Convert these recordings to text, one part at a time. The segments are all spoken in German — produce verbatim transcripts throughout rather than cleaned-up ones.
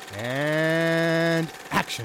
And action.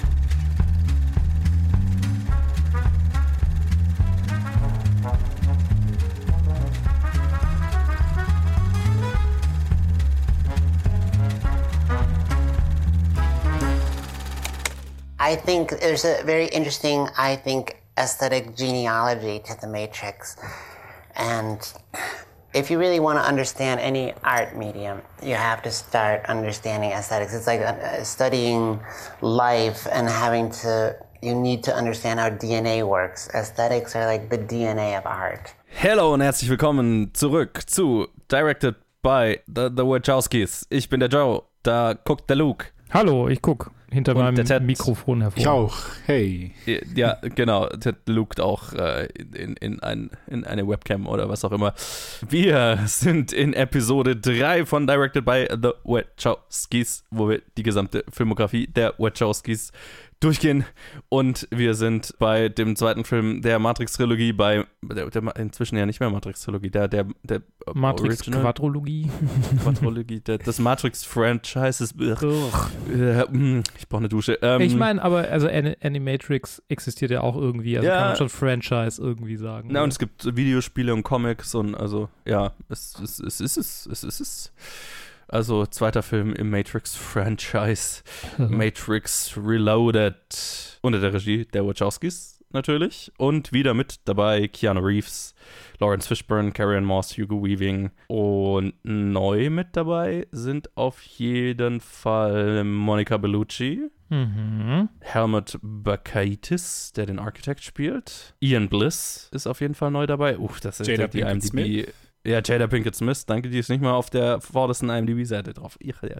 I think there's a very interesting, I think, aesthetic genealogy to The Matrix. And if you really want to understand any art medium, you have to start understanding aesthetics. It's like uh, studying life and having to, you need to understand how D N A works. Aesthetics are like the D N A of art. Hello und herzlich willkommen zurück zu Directed by the, the Wachowskis. Ich bin der Joe, da guckt der Luke. Hallo, ich guck hinter Und meinem Mikrofon hervor. Ich auch, hey. Ja, genau, Ted lugt auch äh, in, in, ein, in eine Webcam oder was auch immer. Wir sind in Episode drei von Directed by the Wachowskis, wo wir die gesamte Filmografie der Wachowskis durchgehen, und wir sind bei dem zweiten Film der Matrix-Trilogie, bei der, der inzwischen ja nicht mehr Matrix-Trilogie, der, der, der Matrix-Quadrologie. Quadrologie, der, des Matrix-Franchises. Ich brauche eine Dusche. Ähm, ich meine, aber also Animatrix existiert ja auch irgendwie, also ja, kann man schon Franchise irgendwie sagen. Na, und es gibt Videospiele und Comics und also, ja, es, es, es ist es, es ist es. Also zweiter Film im Matrix-Franchise, Matrix Reloaded, unter der Regie der Wachowskis natürlich, und wieder mit dabei Keanu Reeves, Lawrence Fishburne, Carrie-Anne Moss, Hugo Weaving, und neu mit dabei sind auf jeden Fall Monica Bellucci, mhm. Helmut Bakaitis, der den Architect spielt, Ian Bliss ist auf jeden Fall neu dabei, uff, das ist Jada die I M D B. Ja, Jada Pinkett Smith, danke, die ist nicht mal auf der vordersten I M D B-Seite drauf.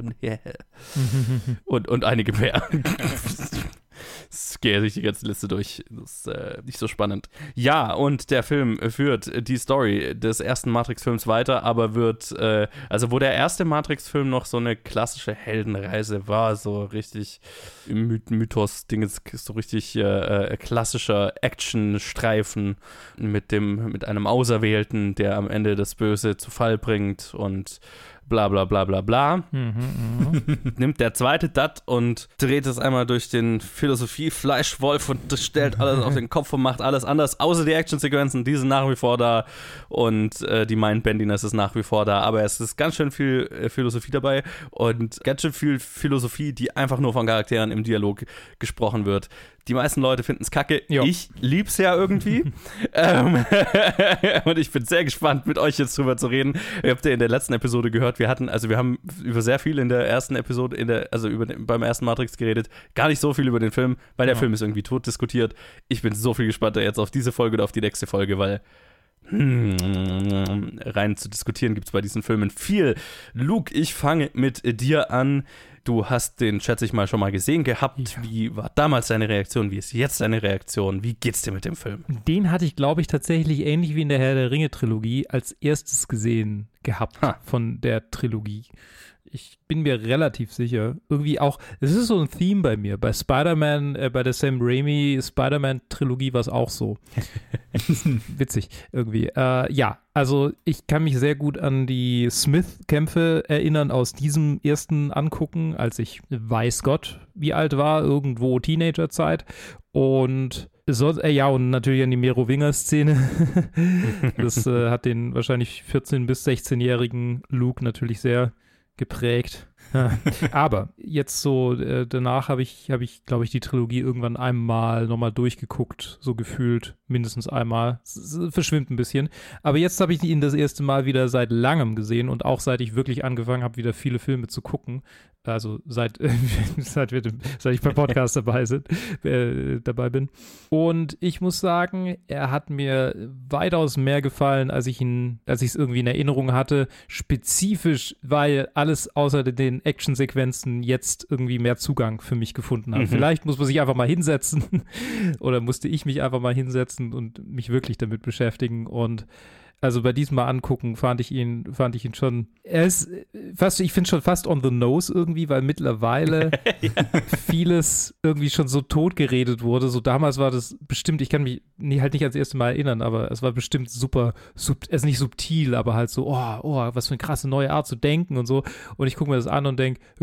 und, und einige mehr. Ich gehe sich die ganze Liste durch. Das ist äh, nicht so spannend. Ja, und der Film führt die Story des ersten Matrix-Films weiter, aber wird, äh, also wo der erste Matrix-Film noch so eine klassische Heldenreise war, so richtig My- Mythos-Ding, ist so richtig äh, klassischer Action-Streifen mit dem, mit einem Auserwählten, der am Ende das Böse zu Fall bringt und bla bla bla bla bla. Mhm, Nimmt der zweite das und dreht es einmal durch den Philosophie-Fleischwolf und das stellt alles auf den Kopf und macht alles anders, außer die Actionsequenzen, die sind nach wie vor da, und äh, die Mindbendiness ist nach wie vor da, aber es ist ganz schön viel äh, Philosophie dabei und ganz schön viel Philosophie, die einfach nur von Charakteren im Dialog gesprochen wird. Die meisten Leute finden es kacke. Jo. Ich lieb's ja irgendwie. ähm, und ich bin sehr gespannt, mit euch jetzt drüber zu reden. Ihr habt ja in der letzten Episode gehört, wir hatten, also wir haben über sehr viel in der ersten Episode, in der, also über den, beim ersten Matrix geredet, gar nicht so viel über den Film, weil der ja. Film ist irgendwie tot diskutiert. Ich bin so viel gespannter jetzt auf diese Folge oder auf die nächste Folge, weil hm, rein zu diskutieren gibt es bei diesen Filmen viel. Luke, ich fange mit dir an. Du hast den, schätze ich mal, schon mal gesehen gehabt. Ja. Wie war damals deine Reaktion? Wie ist jetzt deine Reaktion? Wie geht's dir mit dem Film? Den hatte ich, glaube ich, tatsächlich ähnlich wie in der Herr der Ringe-Trilogie als erstes gesehen gehabt ha. von der Trilogie. Ich bin mir relativ sicher. Irgendwie auch, es ist so ein Theme bei mir. Bei Spider-Man, äh, bei der Sam Raimi Spider-Man-Trilogie war es auch so. Witzig, irgendwie. Äh, ja, also ich kann mich sehr gut an die Smith-Kämpfe erinnern aus diesem ersten Angucken, als ich, weiß Gott, wie alt war, irgendwo Teenagerzeit. Und so, äh, ja, und natürlich an die Merowinger-Szene. Das äh, hat den wahrscheinlich vierzehn- bis sechzehnjährigen Luke natürlich sehr geprägt. Aber jetzt so, äh, danach habe ich, habe ich, glaube ich, die Trilogie irgendwann einmal nochmal durchgeguckt, so gefühlt mindestens einmal. Es, es verschwimmt ein bisschen. Aber jetzt habe ich ihn das erste Mal wieder seit langem gesehen und auch seit ich wirklich angefangen habe, wieder viele Filme zu gucken. Also seit, äh, seit, wir, seit ich beim Podcast dabei, sind, äh, dabei bin. Und ich muss sagen, er hat mir weitaus mehr gefallen, als ich ihn, als ich es irgendwie in Erinnerung hatte. Spezifisch, weil alles außer den Actionsequenzen jetzt irgendwie mehr Zugang für mich gefunden hat. Mhm. Vielleicht muss man sich einfach mal hinsetzen oder musste ich mich einfach mal hinsetzen und mich wirklich damit beschäftigen. Und also bei diesem Mal angucken fand ich ihn, fand ich ihn schon, er ist fast, ich finde schon fast on the nose irgendwie, weil mittlerweile ja. vieles irgendwie schon so tot geredet wurde. So damals war das bestimmt, ich kann mich nie, halt nicht ans erste Mal erinnern, aber es war bestimmt super, sub, es ist nicht subtil, aber halt so, oh, oh, was für eine krasse neue Art zu denken und so. Und ich gucke mir das an und denke, ja,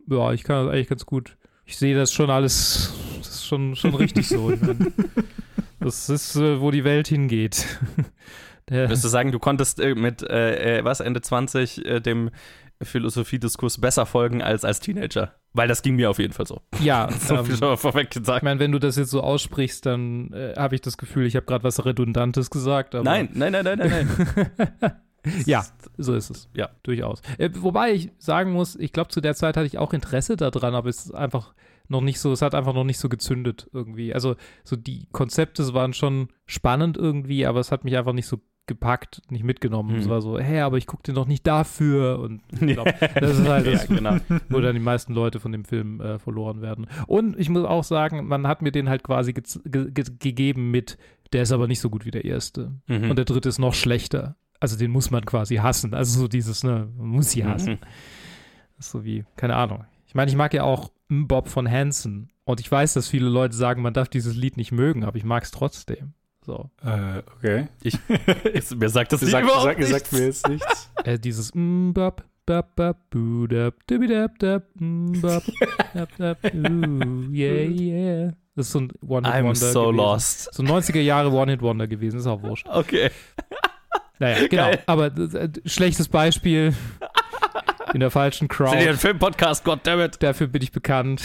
ja, ich kann das eigentlich ganz gut. Ich sehe das schon alles, das ist schon, schon richtig so. Ich mein, das ist, äh, wo die Welt hingeht. Der, Würdest du sagen, du konntest äh, mit, äh, was, Ende zwanzig äh, dem Philosophiediskurs besser folgen als als Teenager? Weil das ging mir auf jeden Fall so. Ja, so ähm, viel schon mal vorweg gesagt. Ich meine, wenn du das jetzt so aussprichst, dann äh, habe ich das Gefühl, ich habe gerade was Redundantes gesagt. Aber Nein, nein, nein, nein, nein, nein. Ja, so ist es. Ja. Durchaus. Äh, wobei ich sagen muss, ich glaube, zu der Zeit hatte ich auch Interesse daran, aber es ist einfach noch nicht so, es hat einfach noch nicht so gezündet irgendwie. Also so die Konzepte waren schon spannend irgendwie, aber es hat mich einfach nicht so gepackt, nicht mitgenommen. Mhm. Es war so, hey, aber ich gucke den doch nicht dafür. Und ich glaube, das ist halt das, ja, genau. wo dann die meisten Leute von dem Film äh, verloren werden. Und ich muss auch sagen, man hat mir den halt quasi ge ge ge gegeben mit, der ist aber nicht so gut wie der erste. Mhm. Und der dritte ist noch schlechter. Also den muss man quasi hassen. Also so dieses, ne, man muss sie hassen. Mhm. Das ist so wie, keine Ahnung. Ich meine, ich mag ja auch Bob von Hansen. Und ich weiß, dass viele Leute sagen, man darf dieses Lied nicht mögen, aber ich mag es trotzdem. So. Äh, okay. Ich, ich, mir sagt das Du nicht sag, überhaupt sag, nichts. sagt mir jetzt nichts. Äh, dieses Mbop, bop, bop, budap, dubidap, dap, mbop, dap, dap, ooh, yeah, yeah. Das ist so ein One-Hit-Wonder I'm so gewesen. lost. So ein neunziger Jahre One-Hit-Wonder gewesen, ist auch wurscht. Okay. Naja, genau. Geil. Aber äh, schlechtes Beispiel in der falschen Sind hier Crowd. ein Filmpodcast, goddammit. Dafür bin ich bekannt.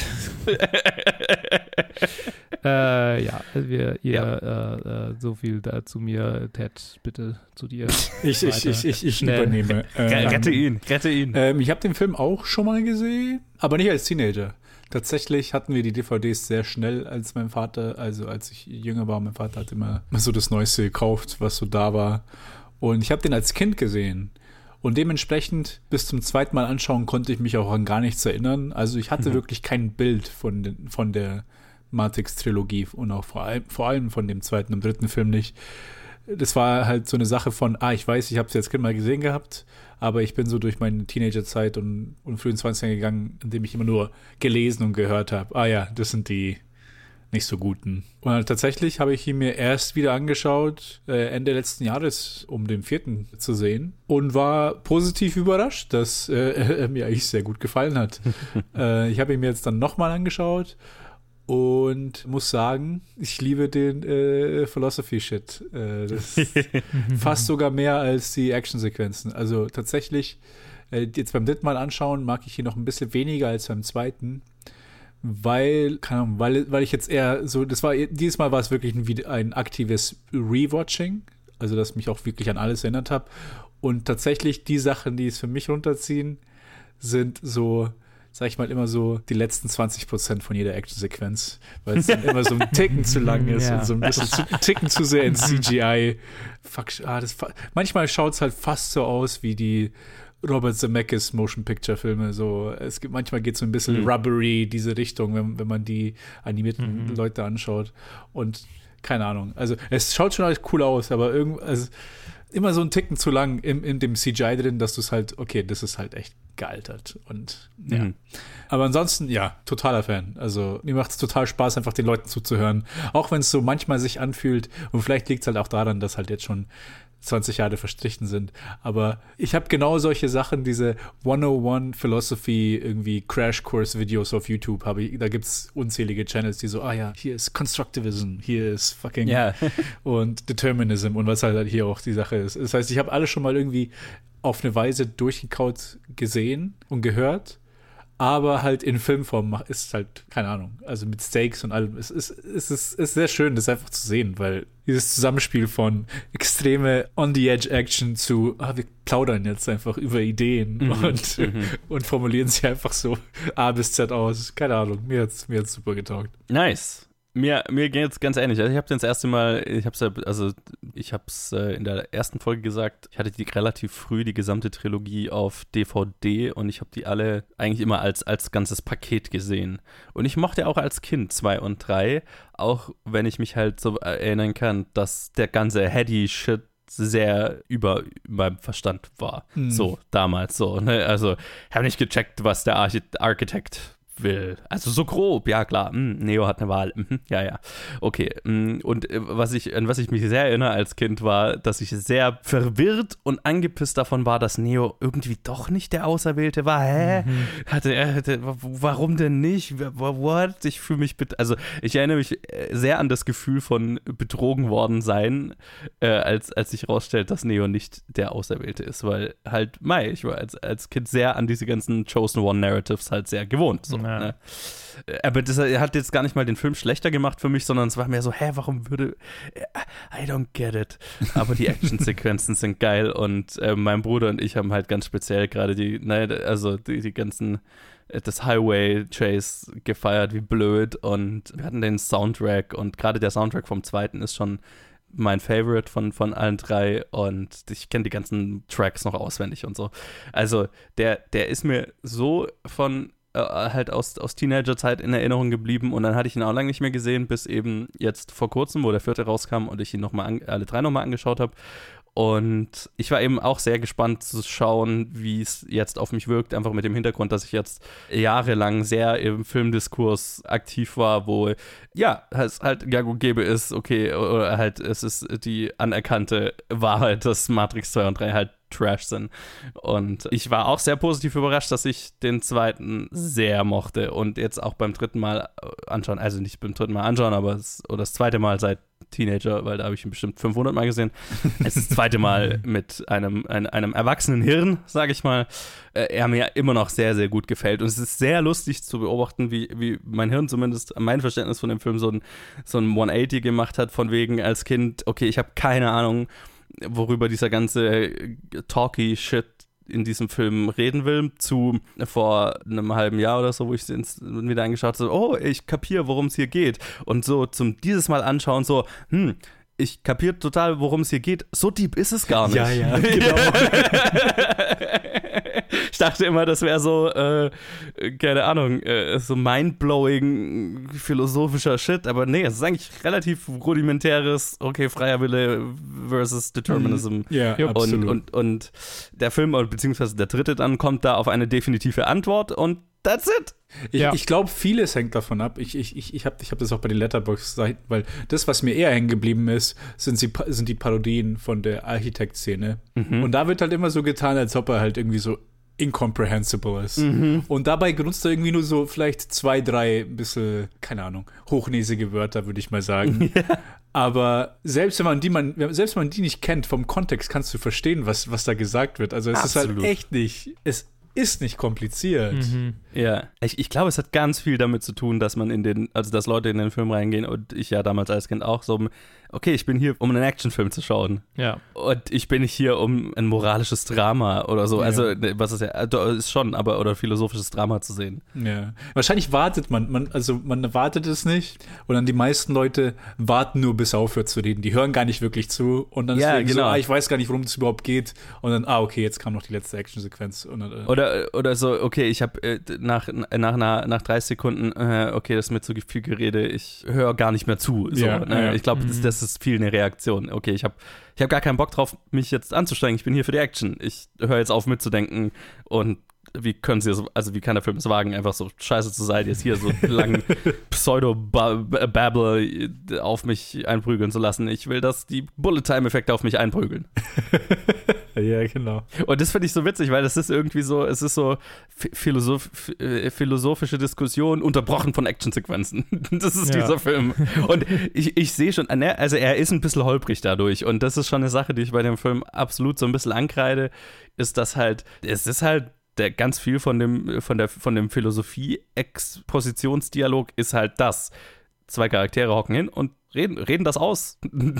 äh, ja, wir, ihr, Ja. Äh, äh, so viel da zu mir. Ted, bitte zu dir. Ich, ich, ich, ich, ich Schnell. übernehme. Ähm, Rette ihn, rette ihn. Ähm, ich habe den Film auch schon mal gesehen, aber nicht als Teenager. Tatsächlich hatten wir die D V Ds sehr schnell, als mein Vater, also als ich jünger war, mein Vater hat immer so das Neueste gekauft, was so da war. Und ich habe den als Kind gesehen. Und dementsprechend bis zum zweiten Mal anschauen konnte ich mich auch an gar nichts erinnern. Also ich hatte Mhm. wirklich kein Bild von, den, von der Matrix-Trilogie und auch vor allem, vor allem von dem zweiten und dritten Film nicht. Das war halt so eine Sache von, ah, ich weiß, ich habe es als Kind mal gesehen gehabt, aber ich bin so durch meine Teenagerzeit und, und frühen zwanziger gegangen, indem ich immer nur gelesen und gehört habe, ah ja, das sind die nicht so guten. Und halt tatsächlich habe ich ihn mir erst wieder angeschaut, äh, Ende letzten Jahres, um den vierten zu sehen und war positiv überrascht, dass äh, er mir eigentlich sehr gut gefallen hat. äh, ich habe ihn mir jetzt dann nochmal angeschaut und muss sagen, ich liebe den äh, Philosophy-Shit. Äh, das ist fast sogar mehr als die Actionsequenzen. Also tatsächlich, äh, jetzt beim dritten Mal anschauen, mag ich ihn noch ein bisschen weniger als beim zweiten. Weil, keine Ahnung, weil, weil ich jetzt eher so, das war, dieses Mal war es wirklich ein, ein aktives Rewatching, also dass mich auch wirklich an alles erinnert habe. Und tatsächlich die Sachen, die es für mich runterziehen, sind so, sag ich mal, immer so die letzten zwanzig Prozent von jeder Actionsequenz, weil es dann immer so ein Ticken zu lang ist Ja. und so ein bisschen zu, ein Ticken zu sehr in C G I. Fuck, ah, das, manchmal schaut es halt fast so aus wie die Robert Zemeckis Motion Picture Filme, so, es gibt, manchmal geht es so ein bisschen Mhm. rubbery, diese Richtung, wenn, wenn man die animierten Mhm. Leute anschaut und keine Ahnung, also es schaut schon alles cool aus, aber irgend, also, immer so ein Ticken zu lang in, in dem C G I drin, dass du es halt, okay, das ist halt echt gealtert und ja. Mhm. Aber ansonsten, ja, totaler Fan. Also mir macht es total Spaß, einfach den Leuten zuzuhören, auch wenn es so manchmal sich anfühlt und vielleicht liegt es halt auch daran, dass halt jetzt schon zwanzig Jahre verstrichen sind. Aber ich habe genau solche Sachen, diese hunderteins Philosophy irgendwie Crash-Course-Videos auf YouTube habe ich, da gibt es unzählige Channels, die so, ah ja, hier ist Constructivism, hier ist fucking Ja. und Determinism und was halt hier auch die Sache ist. Das heißt, ich habe alles schon mal irgendwie auf eine Weise durchgekaut gesehen und gehört, aber halt in Filmform mach- ist halt, keine Ahnung, also mit Stakes und allem. Es ist, es ist, es ist sehr schön, das einfach zu sehen, weil dieses Zusammenspiel von extreme On-the-Edge-Action zu, ah, wir plaudern jetzt einfach über Ideen Mhm, und, mhm. und formulieren sie einfach so A bis Z aus. Keine Ahnung, mir hat's, mir hat's super getaugt. Nice. Mir, mir geht es ganz ähnlich. Also ich habe das erste Mal, ich habe es ja, also ich habe es äh, in der ersten Folge gesagt, ich hatte die relativ früh, die gesamte Trilogie auf D V D und ich habe die alle eigentlich immer als, als ganzes Paket gesehen. Und ich mochte auch als Kind zwei und drei, auch wenn ich mich halt so erinnern kann, dass der ganze Heady-Shit sehr über meinem Verstand war. Mhm. So, damals so. Ne? Also, ich habe nicht gecheckt, was der Archi- Architekt will. Also so grob, ja klar. Hm, Neo hat eine Wahl. Mhm, ja, ja. Okay. Und was ich, an was ich mich sehr erinnere als Kind war, dass ich sehr verwirrt und angepisst davon war, dass Neo irgendwie doch nicht der Auserwählte war. Hä? Mhm. Hatte er, hatte, warum denn nicht? What? Ich fühle mich, bet- also ich erinnere mich sehr an das Gefühl von betrogen worden sein, äh, als, als sich rausstellt, dass Neo nicht der Auserwählte ist, weil halt, mei, ich war als, als Kind sehr an diese ganzen Chosen One Narratives halt sehr gewohnt. So. Ja. Ne? Aber das hat jetzt gar nicht mal den Film schlechter gemacht für mich, sondern es war mehr so, hä, warum würde, I don't get it. Aber die Actionsequenzen sind geil und äh, mein Bruder und ich haben halt ganz speziell gerade die, naja, also die, die ganzen, das Highway Chase gefeiert wie blöd und wir hatten den Soundtrack und gerade der Soundtrack vom zweiten ist schon mein Favorite von, von allen drei und ich kenne die ganzen Tracks noch auswendig und so. Also der, der ist mir so von halt aus, aus Teenagerzeit in Erinnerung geblieben und dann hatte ich ihn auch lange nicht mehr gesehen, bis eben jetzt vor kurzem, wo der vierte rauskam und ich ihn noch mal an, alle drei nochmal angeschaut habe. Und ich war eben auch sehr gespannt zu schauen, wie es jetzt auf mich wirkt, einfach mit dem Hintergrund, dass ich jetzt jahrelang sehr im Filmdiskurs aktiv war, wo, ja, es halt gang und gäbe ist, okay, oder halt es ist die anerkannte Wahrheit, dass Matrix zwei und drei halt Trash sind. Und ich war auch sehr positiv überrascht, dass ich den zweiten sehr mochte und jetzt auch beim dritten Mal anschauen, also nicht beim dritten Mal anschauen, aber das, oder das zweite Mal seit Teenager, weil da habe ich ihn bestimmt fünfhundert Mal gesehen. Es ist das zweite Mal mit einem, ein, einem erwachsenen Hirn, sage ich mal, äh, er mir immer noch sehr, sehr gut gefällt. Und es ist sehr lustig zu beobachten, wie, wie mein Hirn zumindest mein Verständnis von dem Film so ein, so ein hundertachtzig gemacht hat, von wegen als Kind, okay, ich habe keine Ahnung, worüber dieser ganze Talky-Shit in diesem Film reden will, zu vor einem halben Jahr oder so, wo ich es wieder angeschaut habe, oh, ich kapiere, worum es hier geht. Und so zum dieses Mal anschauen, so, hm, ich kapiere total, worum es hier geht. So deep ist es gar nicht. Ja, ja, genau. Ich dachte immer, das wäre so, äh, keine Ahnung, äh, so mindblowing philosophischer Shit, aber nee, es ist eigentlich relativ rudimentäres, okay, freier Wille versus Determinism. Ja, und, absolut. Und, und der Film, beziehungsweise der dritte dann, kommt da auf eine definitive Antwort und that's it. Ich, Ja. ich glaube, vieles hängt davon ab. Ich, ich, ich, ich habe ich hab das auch bei den Letterboxd-Seiten, weil das, was mir eher hängen geblieben ist, sind, sie, sind die Parodien von der Architekt-Szene. Mhm. Und da wird halt immer so getan, als ob er halt irgendwie so incomprehensible ist. Mhm. Und dabei benutzt er irgendwie nur so vielleicht zwei, drei bisschen, keine Ahnung, hochnäsige Wörter, würde ich mal sagen. Ja. Aber selbst wenn man die man, selbst wenn man die nicht kennt, vom Kontext kannst du verstehen, was, was da gesagt wird. Also es Absolut. ist halt echt nicht, es ist nicht kompliziert. Mhm. Ja, ich, ich glaube, es hat ganz viel damit zu tun, dass man in den, also dass Leute in den Film reingehen und ich ja damals als Kind auch so, okay, ich bin hier, um einen Actionfilm zu schauen. Ja. Und ich bin nicht hier, um ein moralisches Drama oder so, Ja. also was ist ja, ist schon, aber oder philosophisches Drama zu sehen. Ja. Wahrscheinlich wartet man, man, also man erwartet es nicht und dann die meisten Leute warten nur, bis er aufhört zu reden. Die hören gar nicht wirklich zu und dann Ja, ist genau. so, ah, ich weiß gar nicht, worum es überhaupt geht und dann, ah, okay, jetzt kam noch die letzte Actionsequenz. Und dann, äh, Oder, oder so, okay, ich habe äh, nach, nach, einer, nach dreißig Sekunden, äh, okay, das ist mir zu viel Gerede, ich höre gar nicht mehr zu. So, Ja, ne? ja. Ich glaube, das, Mhm. das ist viel eine Reaktion. Okay, ich habe ich hab gar keinen Bock drauf, mich jetzt anzustrengen. Ich bin hier für die Action. Ich höre jetzt auf mitzudenken und wie können sie so, also wie kann der Film es wagen, einfach so scheiße zu sein, jetzt hier so lang Pseudo-Babble auf mich einprügeln zu lassen. Ich will, dass die Bullet-Time-Effekte auf mich einprügeln. ja, genau. Und das finde ich so witzig, weil das ist irgendwie so, es ist so philosoph äh, philosophische Diskussion unterbrochen von Actionsequenzen. Das ist Ja. dieser Film. Und ich, ich sehe schon, also er ist ein bisschen holprig dadurch. Und das ist schon eine Sache, die ich bei dem Film absolut so ein bisschen ankreide, ist, dass halt, es ist halt der ganz viel von dem, von der, von dem Philosophie-Expositionsdialog ist halt das. Zwei Charaktere hocken hin und reden, reden das aus.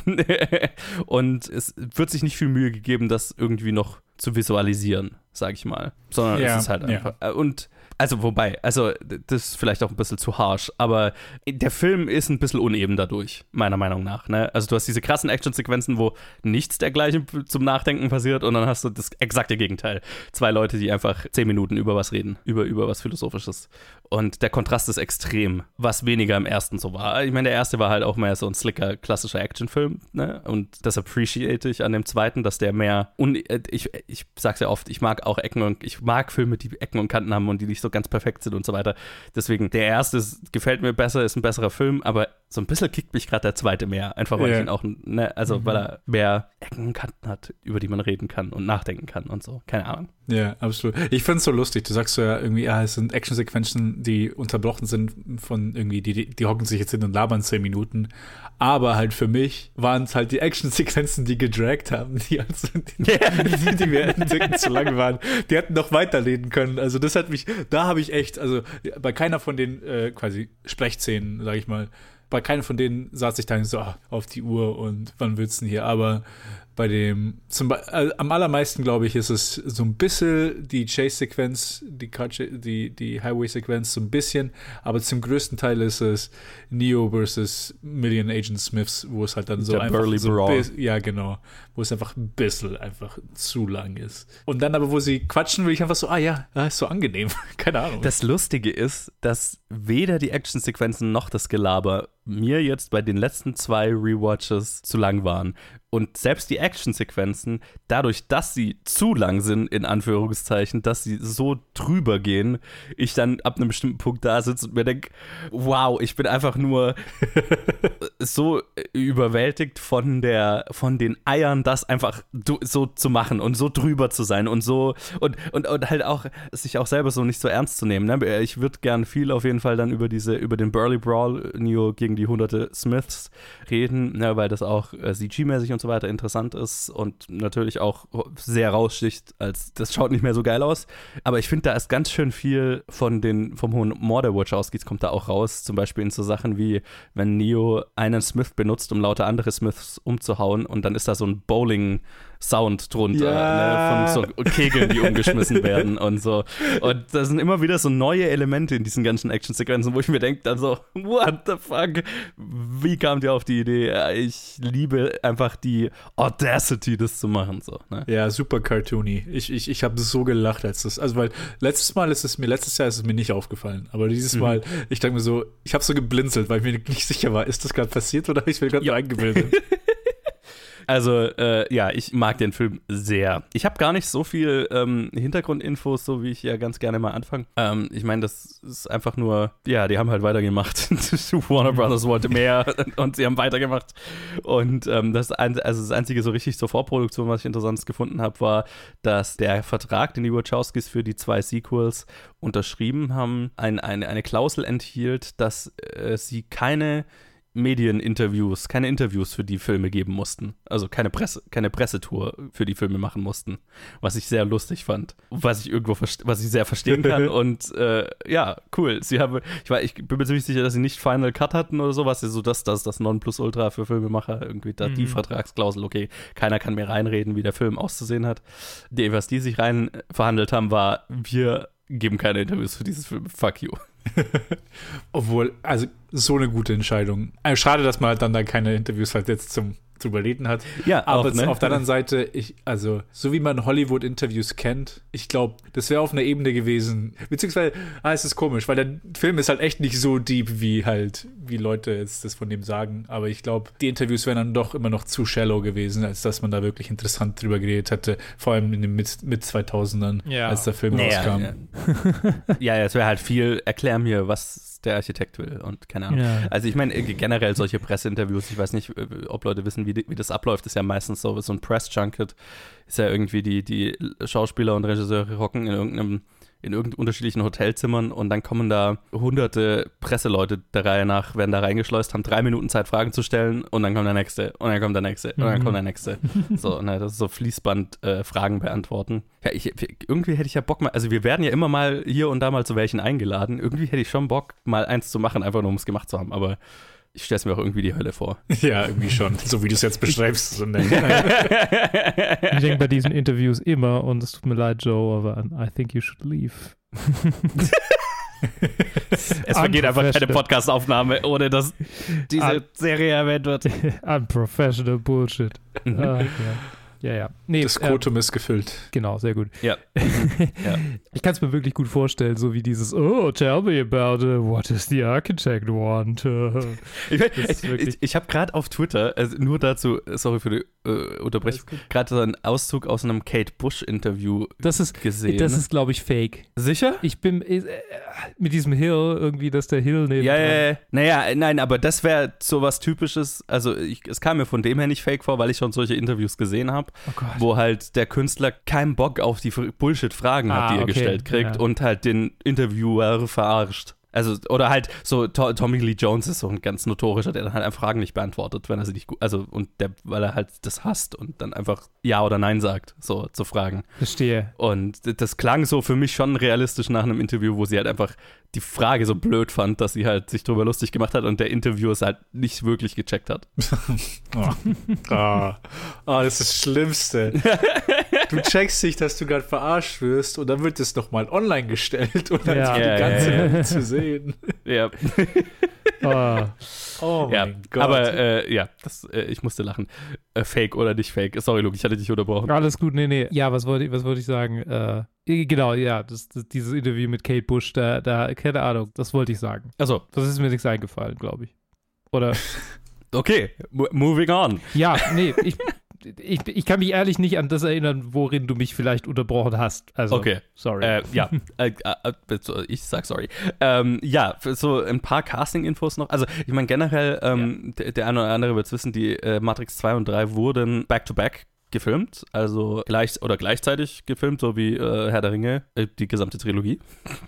Und es wird sich nicht viel Mühe gegeben, das irgendwie noch zu visualisieren, sag ich mal. Sondern Ja, es ist halt ja. einfach. Und also wobei, also das ist vielleicht auch ein bisschen zu harsh, aber der Film ist ein bisschen uneben dadurch, meiner Meinung nach. Ne? Also du hast diese krassen Actionsequenzen, wo nichts dergleichen zum Nachdenken passiert und dann hast du das exakte Gegenteil. Zwei Leute, die einfach zehn Minuten über was reden, über, über was Philosophisches. Und der Kontrast ist extrem, was weniger im ersten so war. Ich meine, der erste war halt auch mehr so ein slicker, klassischer Actionfilm, ne? Und das appreciate ich an dem zweiten, dass der mehr, un ich, ich sag's ja oft, ich mag auch Ecken und, ich mag Filme, die Ecken und Kanten haben und die nicht so so ganz perfekt sind und so weiter. Deswegen, der erste ist, gefällt mir besser, ist ein besserer Film, aber so ein bisschen kickt mich gerade der zweite mehr. Einfach, weil ja. ich ihn auch, ne, also mhm. weil er mehr Ecken und Kanten hat, über die man reden kann und nachdenken kann und so. Keine Ahnung. Ja, absolut. Ich finde es so lustig. Du sagst so ja irgendwie, ja, es sind Actionsequenzen, die unterbrochen sind von irgendwie, die, die, die hocken sich jetzt hin und labern zehn Minuten. Aber halt für mich waren es halt die Actionsequenzen, die gedragt haben, die, also, die, die, die mir ein Ticken zu lang waren. Die hätten noch weiterreden können. Also das hat mich, da habe ich echt, also bei keiner von den äh, quasi Sprechszenen, sag ich mal, bei keiner von denen saß ich dann so ah, auf die Uhr und wann wird's denn hier? Aber bei dem, zum, äh, am allermeisten, glaube ich, ist es so ein bisschen die Chase-Sequenz, die, die, die Highway-Sequenz so ein bisschen, aber zum größten Teil ist es Neo versus Million Agent Smiths, wo es halt dann so Der einfach Burly so Brawl. bis, ja, genau, wo es einfach ein bisschen einfach zu lang ist. Und dann aber, wo sie quatschen, will ich einfach so, ah ja, ah, ist so angenehm. Keine Ahnung. Das Lustige ist, dass weder die Actionsequenzen noch das Gelaber mir jetzt bei den letzten zwei Rewatches zu lang waren. Und selbst die Actionsequenzen, dadurch, dass sie zu lang sind, in Anführungszeichen, dass sie so drüber gehen, ich dann ab einem bestimmten Punkt da sitze und mir denke, wow, ich bin einfach nur so überwältigt von der, von den Eiern, das einfach so zu machen und so drüber zu sein und so und, und, und halt auch, sich auch selber so nicht so ernst zu nehmen. Ne? Ich würde gern viel auf jeden Fall dann über diese, über den Burly Brawl, Neo gegen die hunderte Smiths reden, ne? Weil das auch äh, C G-mäßig und so weiter interessant ist und natürlich auch sehr raussticht, als das schaut nicht mehr so geil aus. Aber ich finde, da ist ganz schön viel von den, vom hohen Humor der Wachowskis kommt da auch raus. Zum Beispiel in so Sachen wie, wenn Neo einen Smith benutzt, um lauter andere Smiths umzuhauen und dann ist da so ein Bowling Sound drunter, ja. ne, von so Kegeln, die umgeschmissen werden und so. Und das sind immer wieder so neue Elemente in diesen ganzen Actionsequenzen, wo ich mir denke dann so, what the fuck? Wie kamt ihr auf die Idee? Ich liebe einfach die Audacity, das zu machen. So, ne? Ja, super cartoony. Ich, ich, ich habe so gelacht, als das, also weil letztes Mal ist es mir, letztes Jahr ist es mir nicht aufgefallen, aber dieses Mhm. Mal, ich dachte mir so, ich habe so geblinzelt, weil ich mir nicht sicher war, ist das gerade passiert oder habe ich mir gerade Ja. eingebildet? Also, äh, ja, ich mag den Film sehr. Ich habe gar nicht so viel ähm, Hintergrundinfos, so wie ich ja ganz gerne mal anfange. Ähm, ich meine, das ist einfach nur, ja, die haben halt weitergemacht. Warner Brothers wollte mehr und sie haben weitergemacht. Und ähm, das, ein, also das einzige so richtig zur Vorproduktion, was ich interessant gefunden habe, war, dass der Vertrag, den die Wachowskis für die zwei Sequels unterschrieben haben, ein, eine, eine Klausel enthielt, dass äh, sie keine Medieninterviews, keine Interviews für die Filme geben mussten. Also keine Presse, keine Pressetour für die Filme machen mussten. Was ich sehr lustig fand. Was ich irgendwo, was ich sehr verstehen kann. Und äh, ja, cool. Sie haben, ich, war, ich bin mir ziemlich sicher, dass sie nicht Final Cut hatten oder sowas. So, dass das das Nonplusultra für Filmemacher irgendwie da mhm. die Vertragsklausel, okay, keiner kann mir reinreden, wie der Film auszusehen hat. Die, was die sich rein verhandelt haben, war, wir geben keine Interviews für dieses Film. Fuck you. Obwohl, also so eine gute Entscheidung. Also schade, dass man halt dann da keine Interviews halt jetzt zum drüber reden hat. Ja, aber auch, ne? auf der anderen Seite, ich, also so wie man Hollywood-Interviews kennt, ich glaube, das wäre auf einer Ebene gewesen, beziehungsweise, ah, es ist komisch, weil der Film ist halt echt nicht so deep, wie halt, wie Leute jetzt das von dem sagen, aber ich glaube, die Interviews wären dann doch immer noch zu shallow gewesen, als dass man da wirklich interessant drüber geredet hätte, vor allem in den Mit-zweitausendern, ja. als der Film naja, rauskam. Ja, ja, es wäre halt viel, erklär mir, was der Architekt will und keine Ahnung. Ja. Also ich meine, generell solche Presseinterviews, ich weiß nicht, ob Leute wissen, wie, wie das abläuft, ist ja meistens so, so ein Press-Junket, ist ja irgendwie die, die Schauspieler und Regisseure hocken in irgendeinem in irgendeinen unterschiedlichen Hotelzimmern und dann kommen da hunderte Presseleute der Reihe nach, werden da reingeschleust, haben drei Minuten Zeit, Fragen zu stellen und dann kommt der Nächste und dann kommt der Nächste und dann kommt der Nächste. So, ne, das ist so Fließband äh, Fragen beantworten. Ja, ich, irgendwie hätte ich ja Bock mal, also wir werden ja immer mal hier und da mal zu welchen eingeladen, irgendwie hätte ich schon Bock, mal eins zu machen, einfach nur um es gemacht zu haben, aber ich stelle es mir auch irgendwie die Hölle vor. Ja, irgendwie schon. So wie du es jetzt beschreibst. So ich denke bei diesen Interviews immer, und es tut mir leid, Joe, aber I think you should leave. Es vergeht einfach keine Podcast-Aufnahme, ohne dass diese Un- Serie erwähnt wird. Unprofessional Bullshit. Mhm. Ah, ja. Ja, ja. Nee, das Quotum ähm, ist gefüllt. Genau, sehr gut. Ja. ja. Ich kann es mir wirklich gut vorstellen, so wie dieses, oh, tell me about it, what does the architect want? ich ich, ich, ich habe gerade auf Twitter, also nur dazu, sorry für die äh, Unterbrechung, gerade so einen Auszug aus einem Kate Bush-Interview gesehen. Das ist, glaube ich, fake. Sicher? Ich bin äh, mit diesem Hill irgendwie, dass der Hill neben. Ja, ja, ja. Naja, nein, aber das wäre so was Typisches, also ich, es kam mir von dem her nicht fake vor, weil ich schon solche Interviews gesehen habe, oh wo halt der Künstler keinen Bock auf die Bullshit-Fragen hat, ah, die er okay. gestellt kriegt ja. und halt den Interviewer verarscht. Also, oder halt so, to- Tommy Lee Jones ist so ein ganz notorischer, der dann halt einfach Fragen nicht beantwortet, wenn er sie nicht gut, also, und der, weil er halt das hasst und dann einfach Ja oder Nein sagt, so zu Fragen. Verstehe. Und das klang so für mich schon realistisch nach einem Interview, wo sie halt einfach die Frage so blöd fand, dass sie halt sich drüber lustig gemacht hat und der Interviewer es halt nicht wirklich gecheckt hat. oh. Oh. oh, das ist das Schlimmste. Du checkst nicht, dass du gerade verarscht wirst und dann wird es nochmal online gestellt und dann ja. ist die ja, ganze ja, Welt ja. zu sehen. Ja. oh. oh mein ja. Gott. Aber äh, ja, das, äh, ich musste lachen. Äh, fake oder nicht fake. Sorry, Luke, ich hatte dich unterbrochen. Alles gut, nee, nee. Ja, was wollte ich, was wollte ich sagen? Äh, genau, ja, das, das, dieses Interview mit Kate Bush, da, da, keine Ahnung, das wollte ich sagen. Also, das ist mir nichts eingefallen, glaube ich. Oder? Okay, m- moving on. Ja, nee, ich, ich, ich kann mich ehrlich nicht an das erinnern, worin du mich vielleicht unterbrochen hast. Also, okay. Sorry. Äh, ja, äh, äh, ich sag sorry. Ähm, ja, so ein paar Casting-Infos noch. Also, ich meine, generell, ähm, ja. der, der eine oder andere wird es wissen, die äh, Matrix zwei und drei wurden back-to-back gefilmt, also gleich oder gleichzeitig gefilmt, so wie äh, Herr der Ringe, äh, die gesamte Trilogie,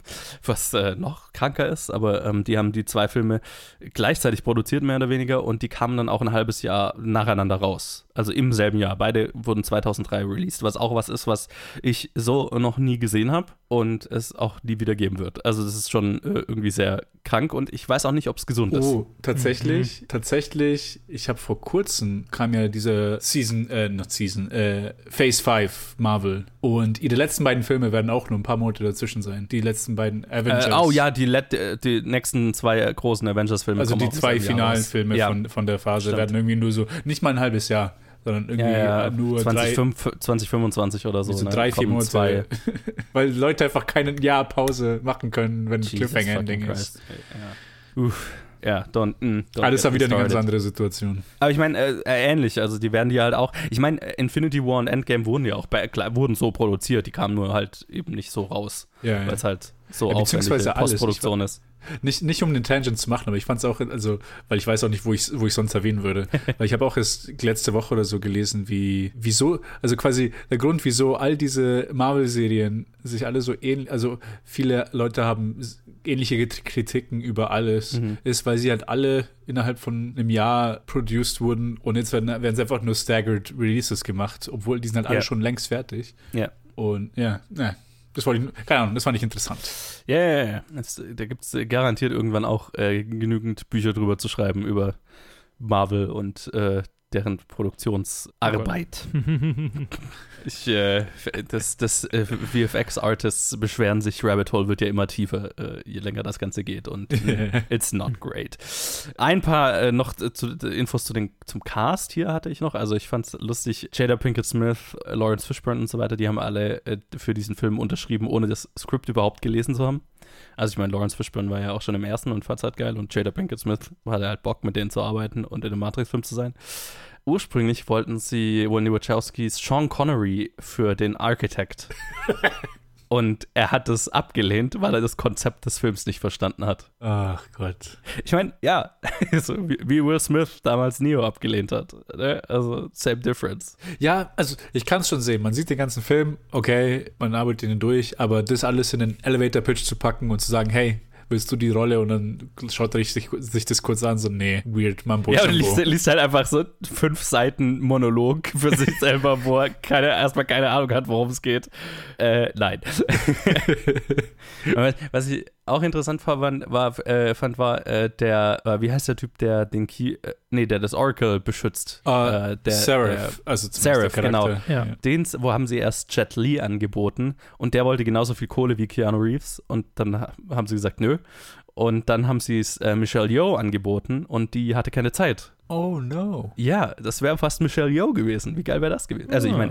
was äh, noch kranker ist, aber ähm, die haben die zwei Filme gleichzeitig produziert, mehr oder weniger, und die kamen dann auch ein halbes Jahr nacheinander raus, also im selben Jahr. Beide wurden zweitausenddrei released, was auch was ist, was ich so noch nie gesehen habe und es auch nie wieder geben wird. Also das ist schon äh, irgendwie sehr krank und ich weiß auch nicht, ob es gesund ist. Oh, tatsächlich, mhm. tatsächlich, ich habe vor kurzem, kam ja diese Season, äh, not Season, äh, Phase fünf Marvel und ihre letzten beiden Filme werden auch nur ein paar Monate dazwischen sein. Die letzten beiden Avengers. Äh, oh ja, die, Let- die nächsten zwei großen Avengers-Filme. Also die zwei finalen Filme ja. von, von der Phase Stimmt. werden irgendwie nur so, nicht mal ein halbes Jahr, sondern irgendwie ja, ja, nur zwanzig, drei, fünf, zwanzig fünfundzwanzig oder so. so ne? drei, vier Kommen Monate. Zwei. Weil Leute einfach kein Jahr Pause machen können, wenn Cliffhanger-Ending ist. Ja. Uff. Ja, don't, mm, don't Alles war wieder started. eine ganz andere Situation. Aber ich meine, äh, ähnlich, also die werden die halt auch, ich meine, Infinity War und Endgame wurden ja auch bei, klar, wurden so produziert, die kamen nur halt eben nicht so raus, ja, ja. weil es halt so ja, aufwendige Postproduktion ist. Nicht, nicht um den Tangent zu machen, aber ich fand es auch, also, weil ich weiß auch nicht, wo ich wo ich sonst erwähnen würde. Weil ich habe auch erst letzte Woche oder so gelesen, wie, wieso, also quasi der Grund, wieso all diese Marvel-Serien sich alle so ähnlich, also viele Leute haben ähnliche Kritiken über alles, mhm. ist, weil sie halt alle innerhalb von einem Jahr produced wurden und jetzt werden, werden sie einfach nur staggered Releases gemacht, obwohl die sind halt alle ja. schon längst fertig. Ja. Und ja, ja. Das wollte ich, keine Ahnung, das fand ich interessant. Ja, ja, ja. Da gibt es garantiert irgendwann auch äh, genügend Bücher drüber zu schreiben über Marvel und äh, deren Produktionsarbeit. ich, äh, das das äh, V F X-Artists beschweren sich, Rabbit Hole wird ja immer tiefer, äh, je länger das Ganze geht und it's not great. Ein paar äh, noch zu, Infos zu den, zum Cast hier hatte ich noch, also ich fand's lustig, Jada Pinkett Smith, Lawrence Fishburne und so weiter, die haben alle äh, für diesen Film unterschrieben, ohne das Skript überhaupt gelesen zu haben. Also ich meine, Lawrence Fishburne war ja auch schon im ersten und fand's halt geil und Jada Pinkett Smith hatte halt Bock, mit denen zu arbeiten und in einem Matrix-Film zu sein. Ursprünglich wollten sie Wendy Wachowskis Sean Connery für den Architect. Und er hat es abgelehnt, weil er das Konzept des Films nicht verstanden hat. Ach Gott. Ich meine, ja, so wie Will Smith damals Neo abgelehnt hat. Ne? Also, same difference. Ja, also ich kann es schon sehen. Man sieht den ganzen Film, okay, man arbeitet ihn durch, aber das alles in den Elevator-Pitch zu packen und zu sagen, hey, willst du die Rolle? Und dann schaut er sich, sich das kurz an, so, nee, weird, Mambo. Ja, und liest, liest halt einfach so fünf Seiten Monolog für sich selber, wo er keine, erstmal keine Ahnung hat, worum es geht. Äh, nein. Was ich auch interessant fand, war, äh, fand, war äh, der, äh, wie heißt der Typ, der den Key, äh, nee, der das Oracle beschützt. Uh, äh, der, Seraph, äh, also Seraph, genau. Ja. Den, wo haben sie erst Jet Li angeboten und der wollte genauso viel Kohle wie Keanu Reeves und dann haben sie gesagt, nö. Und dann haben sie es äh, Michelle Yeoh angeboten und die hatte keine Zeit Oh no. Ja, das wäre fast Michelle Yeoh gewesen. Wie geil wäre das gewesen? Also ich Ah. meine,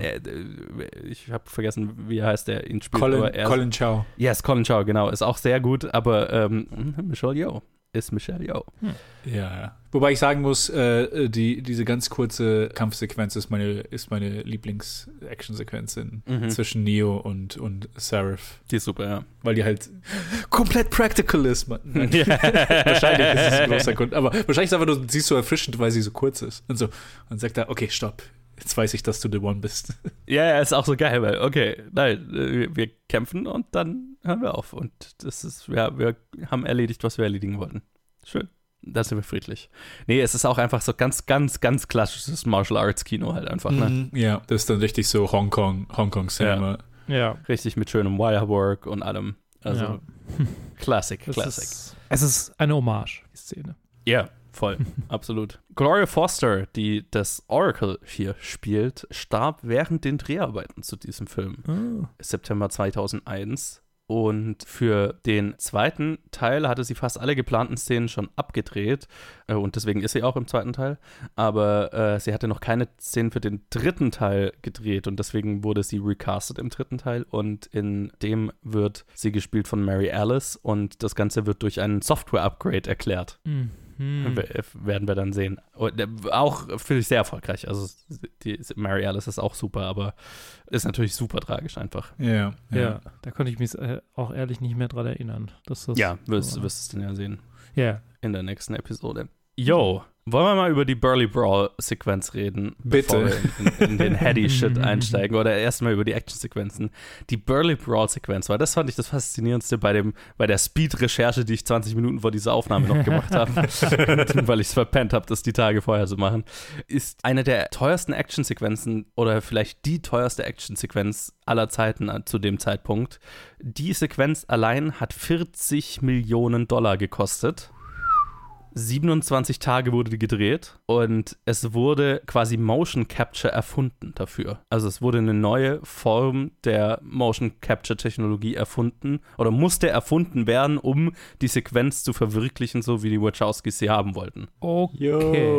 ich habe vergessen, wie heißt der ihn spielt. Colin, aber er Colin Chow. Ja, yes, Colin Chow, genau. Ist auch sehr gut, aber ähm, Michelle Yeoh ist Michelle Yeoh. Ja, ja. Wobei ich sagen muss, äh, die, diese ganz kurze Kampfsequenz ist meine, ist meine Lieblings-Action-Sequenz in- Mhm. zwischen Neo und, und Seraph. Die ist super, ja. Weil die halt komplett practical ist. Man. Wahrscheinlich ist es ein großer Grund. Aber wahrscheinlich ist einfach nur, sie ist so erfrischend, weil sie so kurz ist. Und so. Und sagt er, okay, stopp. Jetzt weiß ich, dass du the one bist. Ja, ja, ist auch so geil, weil, okay, nein, äh, wir kämpfen und dann hören wir auf. Und das ist, ja, wir haben erledigt, was wir erledigen wollten. Schön. Da sind wir friedlich. Nee, es ist auch einfach so ganz, ganz, ganz klassisches Martial Arts Kino halt einfach, ne? Mhm. Ja, das ist dann richtig so Hongkong, Hongkong-Cinema. Ja. Richtig mit schönem Wirework und allem. Also, ja. Classic, Es Classic. ist, es ist eine Hommage, die Szene. Ja, voll, absolut. Gloria Foster, die das Oracle hier spielt, starb während den Dreharbeiten zu diesem Film. Oh. September zweitausendeins. Und für den zweiten Teil hatte sie fast alle geplanten Szenen schon abgedreht. Äh, und deswegen ist sie auch im zweiten Teil. Aber äh, sie hatte noch keine Szenen für den dritten Teil gedreht. Und deswegen wurde sie recastet im dritten Teil. Und in dem wird sie gespielt von Mary Alice. Und das Ganze wird durch ein Software-Upgrade erklärt. Mhm. W- werden wir dann sehen. Und, äh, auch finde ich sehr erfolgreich. Also die Mary Alice ist auch super, aber ist natürlich super tragisch einfach. Ja, Ja. ja. da konnte ich mich äh, auch ehrlich nicht mehr dran erinnern. Dass das Ja, wirst, so war. wirst es dann ja sehen Ja. in der nächsten Episode. Yo, wollen wir mal über die Burly Brawl-Sequenz reden? Bitte. Bevor wir in, in den Heady-Shit einsteigen oder erstmal über die Action-Sequenzen. Die Burly Brawl-Sequenz, weil das fand ich das Faszinierendste bei, dem, bei der Speed-Recherche, die ich zwanzig Minuten vor dieser Aufnahme noch gemacht habe, weil ich es verpennt habe, das die Tage vorher zu machen, ist eine der teuersten Action-Sequenzen oder vielleicht die teuerste Action-Sequenz aller Zeiten zu dem Zeitpunkt. Die Sequenz allein hat vierzig Millionen Dollar gekostet. siebenundzwanzig Tage wurde die gedreht und es wurde quasi Motion Capture erfunden dafür. Also es wurde eine neue Form der Motion Capture Technologie erfunden oder musste erfunden werden, um die Sequenz zu verwirklichen, so wie die Wachowskis sie haben wollten. Okay.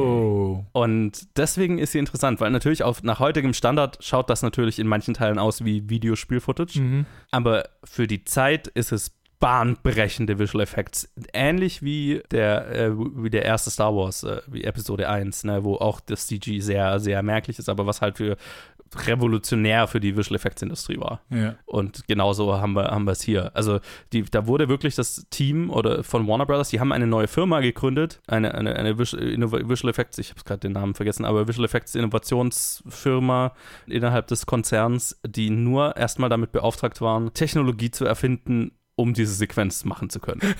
Yo. Und deswegen ist sie interessant, weil natürlich auf, nach heutigem Standard schaut das natürlich in manchen Teilen aus wie Videospiel-Footage, Mhm. aber für die Zeit ist es bahnbrechende Visual Effects. Ähnlich wie der, äh, wie der erste Star Wars, äh, wie Episode eins, ne, wo auch das C G sehr, sehr merklich ist, aber was halt für revolutionär für die Visual Effects Industrie war. Ja. Und genauso haben wir haben wir es hier. Also die, da wurde wirklich das Team oder von Warner Brothers, die haben eine neue Firma gegründet, eine, eine, eine Visual, Visual Effects, ich habe gerade den Namen vergessen, aber Visual Effects Innovationsfirma innerhalb des Konzerns, die nur erstmal damit beauftragt waren, Technologie zu erfinden, um diese Sequenz machen zu können.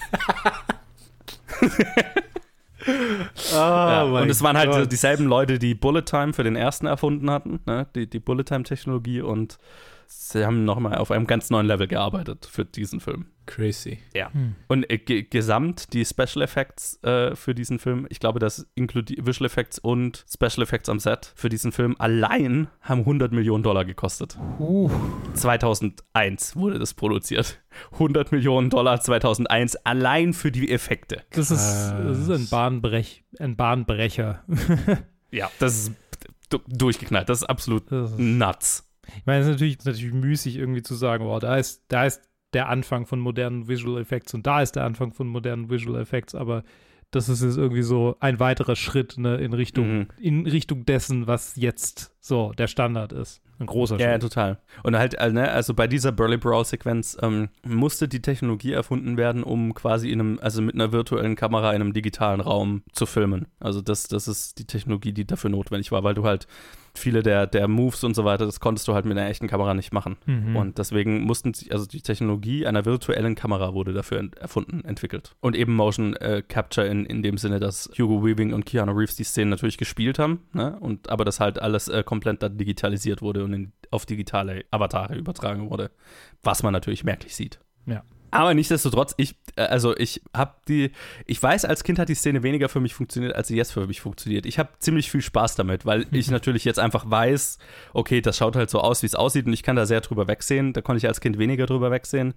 Oh ja, mein und es waren halt Gott. dieselben Leute, die Bullet Time für den ersten erfunden hatten, ne? die, die Bullet Time-Technologie, und sie haben nochmal auf einem ganz neuen Level gearbeitet für diesen Film. Crazy. Ja. Hm. Und äh, ge- gesamt die Special Effects äh, für diesen Film, ich glaube, das inkludiert Visual Effects und Special Effects am Set für diesen Film allein haben hundert Millionen Dollar gekostet. Uh. zweitausendeins wurde das produziert. hundert Millionen Dollar zweitausendeins allein für die Effekte. Das ist, das ist ein, Krass. Bahnbrech, ein Bahnbrecher. Ja, das ist du- durchgeknallt. Das ist absolut Das ist, nuts. ich meine, es ist natürlich, es ist natürlich müßig irgendwie zu sagen, wow, da ist, da ist der Anfang von modernen Visual Effects und da ist der Anfang von modernen Visual Effects, aber das ist jetzt irgendwie so ein weiterer Schritt, ne, in Richtung, Mhm. in Richtung dessen, was jetzt so der Standard ist. Ein großer Ja, ja, Schritt. total. Und halt, äh, ne, also bei dieser Burly Brawl-Sequenz ähm, musste die Technologie erfunden werden, um quasi in einem, also mit einer virtuellen Kamera in einem digitalen Raum zu filmen. Also das, das ist die Technologie, die dafür notwendig war, weil du halt viele der, der Moves und so weiter, das konntest du halt mit einer echten Kamera nicht machen. Mhm. Und deswegen mussten sie, also die Technologie einer virtuellen Kamera wurde dafür ent- erfunden, entwickelt. Und eben Motion äh, Capture in, in dem Sinne, dass Hugo Weaving und Keanu Reeves die Szenen natürlich gespielt haben, ne? Und aber das halt alles äh, komplett dann digitalisiert wurde und in, auf digitale Avatare übertragen wurde, was man natürlich merklich sieht. Ja. Aber nichtsdestotrotz, ich, also ich habe die, ich weiß, als Kind hat die Szene weniger für mich funktioniert, als sie jetzt für mich funktioniert. Ich habe ziemlich viel Spaß damit, weil ich natürlich jetzt einfach weiß, okay, das schaut halt so aus, wie es aussieht und ich kann da sehr drüber wegsehen. Da konnte ich als Kind weniger drüber wegsehen.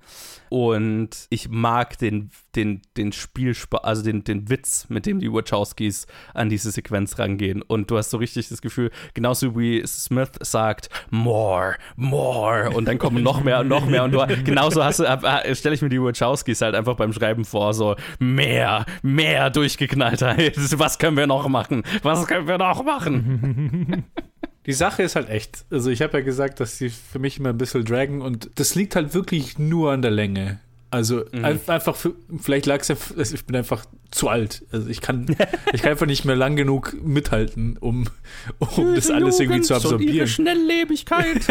Und ich mag den, den, den Spielspaß, also den, den Witz, mit dem die Wachowskis an diese Sequenz rangehen. Und du hast so richtig das Gefühl, genauso wie Smith sagt, more, more, und dann kommen noch mehr und noch mehr. Und du, genauso hast du, stelle ich mir die Wachowskis halt einfach beim Schreiben vor, so mehr, mehr Durchgeknalltheit. Was können wir noch machen? Was können wir noch machen? Die Sache ist halt echt. Also ich habe ja gesagt, dass sie für mich immer ein bisschen dragen und das liegt halt wirklich nur an der Länge. Also mhm. einfach, für, vielleicht lag es ja, ich bin einfach zu alt. Also ich kann, ich kann einfach nicht mehr lang genug mithalten, um, um das alles irgendwie zu absorbieren. Ihre Schnelllebigkeit.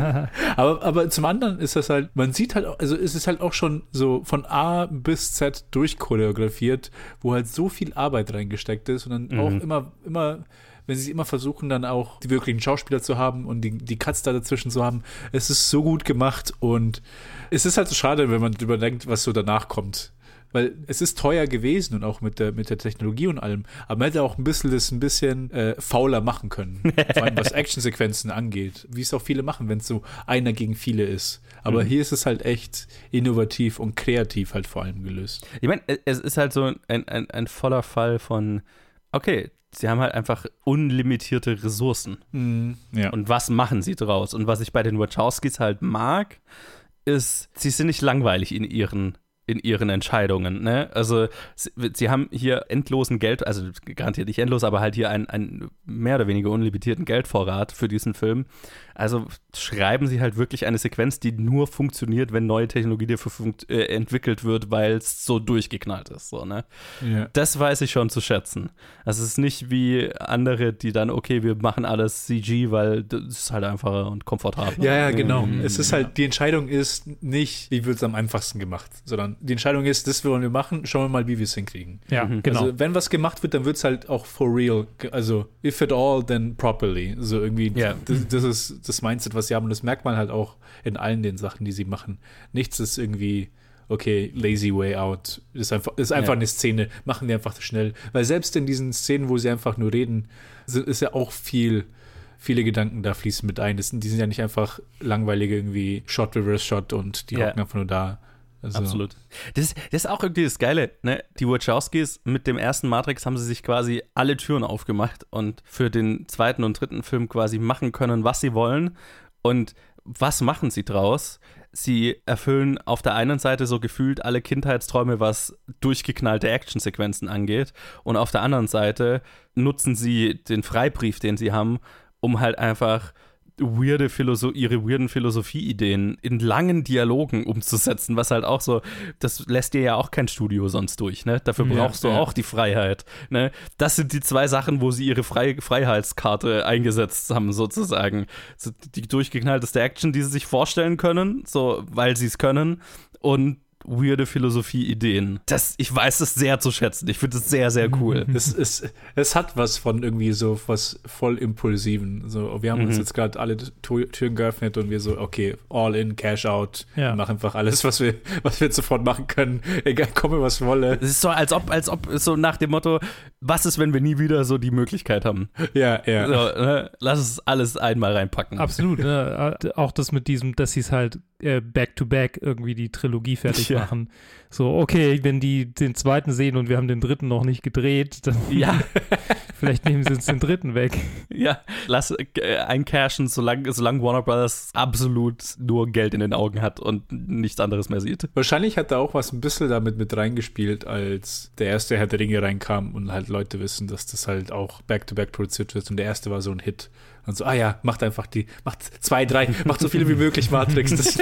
aber, aber zum anderen ist das halt, man sieht halt, also es ist halt auch schon so von A bis Z durchchoreografiert, wo halt so viel Arbeit reingesteckt ist und dann mhm. auch immer, immer wenn sie immer versuchen, dann auch die wirklichen Schauspieler zu haben und die, die Cuts da dazwischen zu haben. Es ist so gut gemacht und es ist halt so schade, wenn man drüber denkt, was so danach kommt. Weil es ist teuer gewesen und auch mit der, mit der Technologie und allem, aber man hätte auch ein bisschen das ein bisschen äh, fauler machen können. Vor allem was Actionsequenzen angeht. Wie es auch viele machen, wenn es so einer gegen viele ist. Aber mhm. hier ist es halt echt innovativ und kreativ halt vor allem gelöst. Ich meine, es ist halt so ein, ein, ein voller Fall von, okay, sie haben halt einfach unlimitierte Ressourcen. Mm, ja. Und was machen sie draus? Und was ich bei den Wachowskis halt mag, ist, sie sind nicht langweilig in ihren, in ihren Entscheidungen. Ne? Also sie, sie haben hier endlosen Geld, also garantiert nicht endlos, aber halt hier einen, einen mehr oder weniger unlimitierten Geldvorrat für diesen Film. Also schreiben sie halt wirklich eine Sequenz, die nur funktioniert, wenn neue Technologie dafür funkt, äh, entwickelt wird, weil es so durchgeknallt ist. So, ne? Ja. Das weiß ich schon zu schätzen. Also es ist nicht wie andere, die dann, okay, wir machen alles C G, weil das ist halt einfacher und komfortabler. Ja, ja, genau. Mhm. Es ist halt, die Entscheidung ist nicht, wie wird es am einfachsten gemacht, sondern die Entscheidung ist, das wollen wir machen, schauen wir mal, wie wir es hinkriegen. Ja, mhm. genau. Also wenn was gemacht wird, dann wird es halt auch for real. Also if at all, then properly. So irgendwie, yeah. das, das ist das Mindset, was sie haben. Und das merkt man halt auch in allen den Sachen, die sie machen. Nichts ist irgendwie, okay, lazy way out. Das ist einfach, ist einfach yeah. eine Szene. Machen wir einfach schnell. Weil selbst in diesen Szenen, wo sie einfach nur reden, ist ja auch viel, viele Gedanken da fließen mit ein. Das, die sind ja nicht einfach langweilige irgendwie Shot, Reverse Shot und die yeah. hocken einfach nur da. Also. Absolut. Das ist, das ist auch irgendwie das Geile, ne? Die Wachowskis mit dem ersten Matrix haben sie sich quasi alle Türen aufgemacht und für den zweiten und dritten Film quasi machen können, was sie wollen. Und was machen sie draus? Sie erfüllen auf der einen Seite so gefühlt alle Kindheitsträume, was durchgeknallte Actionsequenzen angeht. Und auf der anderen Seite nutzen sie den Freibrief, den sie haben, um halt einfach weirde Philosoph- ihre weirden Philosophie-Ideen in langen Dialogen umzusetzen, was halt auch so, das lässt dir ja auch kein Studio sonst durch, ne? Dafür brauchst ja, du ja. auch die Freiheit, ne? Das sind die zwei Sachen, wo sie ihre Frei- Freiheitskarte eingesetzt haben, sozusagen. So die durchgeknallteste Action, die sie sich vorstellen können, so, weil sie es können, und weirde Philosophie-Ideen. Das, ich weiß es sehr zu schätzen. Ich finde es sehr, sehr cool. Es, es, es hat was von irgendwie so was voll Impulsiven. So, wir haben mhm. uns jetzt gerade alle Türen geöffnet und wir so, okay, all in, cash out. Ja. Wir machen einfach alles, was wir, was wir sofort machen können. Egal, komme, was wolle. Es ist so, als ob, als ob so nach dem Motto, was ist, wenn wir nie wieder so die Möglichkeit haben? Ja, ja. So, ne? Lass es alles einmal reinpacken. Absolut. Ne? Auch das mit diesem, dass sie es halt äh, back-to-back irgendwie die Trilogie fertig ja. machen. So, okay, wenn die den zweiten sehen und wir haben den dritten noch nicht gedreht, dann ja. vielleicht nehmen sie uns den dritten weg. Ja, lass äh, eincashen, solange, solange Warner Brothers absolut nur Geld in den Augen hat und nichts anderes mehr sieht. Wahrscheinlich hat da auch was ein bisschen damit mit reingespielt, als der erste Herr der Ringe reinkam und halt Leute wissen, dass das halt auch back-to-back produziert wird und der erste war so ein Hit. Und so, ah ja, macht einfach die, macht zwei, drei, macht so viele wie möglich Matrix. Das,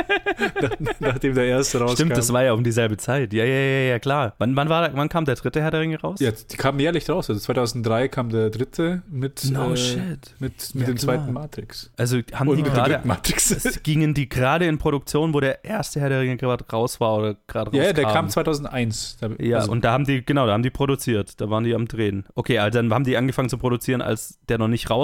nach, nachdem der erste rauskam. Stimmt, das war ja um dieselbe Zeit. Ja, ja, ja, ja, klar. Wann, wann, war, wann kam der dritte Herr der Ringe raus? Ja, die kamen jährlich raus. Also zweitausenddrei kam der dritte mit, no äh, shit. mit, mit ja, dem klar. zweiten Matrix. Also haben Und die gerade, Matrix. gingen die gerade in Produktion, wo der erste Herr der Ringe gerade raus war oder gerade rauskam? Ja, der kam zweitausendeins. Da, ja, also, und da haben die, genau, da haben die produziert. Da waren die am Drehen. Okay, also dann haben die angefangen zu produzieren, als der noch nicht raus war.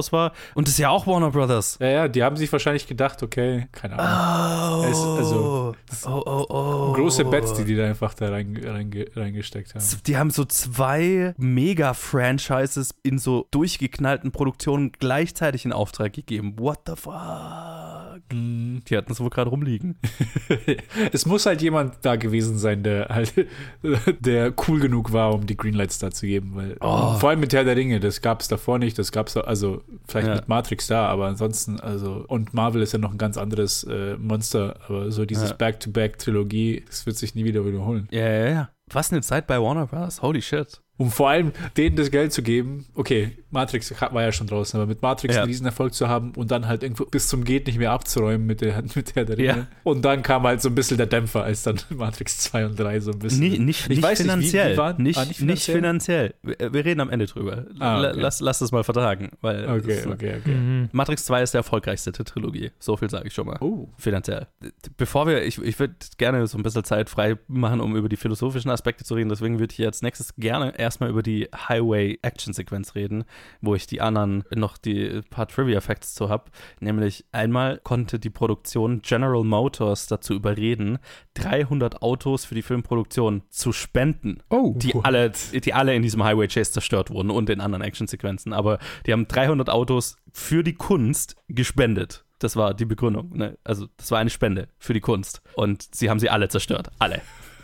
Und das ist ja auch Warner Brothers. Ja, ja, die haben sich wahrscheinlich gedacht, okay, keine Ahnung. Oh, es, also, oh, oh, oh. große Bets, die die da einfach da rein, reinge, reingesteckt haben. Die haben so zwei Mega-Franchises in so durchgeknallten Produktionen gleichzeitig in Auftrag gegeben. What the fuck? Mm. Die hatten es wohl gerade rumliegen. Es muss halt jemand da gewesen sein, der halt der cool genug war, um die Greenlights da zu geben. Weil, Oh. vor allem mit Herr der Ringe, das gab es davor nicht, das gab es also vielleicht Ja. mit Matrix da, aber ansonsten, also, und Marvel ist ja noch ein ganz anderes äh, Monster, aber so dieses Ja. Back-to-Back-Trilogie, das wird sich nie wieder wiederholen. Ja, ja, ja. Was eine Zeit bei Warner Bros. Holy shit. Um vor allem denen das Geld zu geben, okay, Matrix war ja schon draußen, aber mit Matrix Ja. einen Riesenerfolg zu haben und dann halt irgendwo bis zum Geht nicht mehr abzuräumen mit der, mit der, der Ringe. Ja. Und dann kam halt so ein bisschen der Dämpfer, als dann Matrix zwei und drei so ein bisschen. Nicht, nicht, Ich nicht weiß nicht, wie- finanziell. wie waren- nicht, ah, nicht nicht finanziell. finanziell? Wir, wir reden am Ende drüber. Ah, La- okay. lass, lass das mal vertragen. Weil Okay, das, okay, okay. Mhm. Matrix zwei ist der erfolgreichste der Trilogie. So viel sage ich schon mal. Oh. Finanziell. Bevor wir, ich, ich würde gerne so ein bisschen Zeit frei machen, um über die philosophischen Aspekte zu reden. Deswegen würde ich jetzt nächstes gerne erstmal über die Highway-Action-Sequenz reden, wo ich die anderen noch die paar Trivia-Facts zu habe. Nämlich einmal konnte die Produktion General Motors dazu überreden, dreihundert Autos für die Filmproduktion zu spenden. Oh. Die What? alle, die alle in diesem Highway Chase zerstört wurden und in anderen Action-Sequenzen. Aber die haben dreihundert Autos für die Kunst gespendet. Das war die Begründung. Ne? Also das war eine Spende für die Kunst. Und sie haben sie alle zerstört. Alle.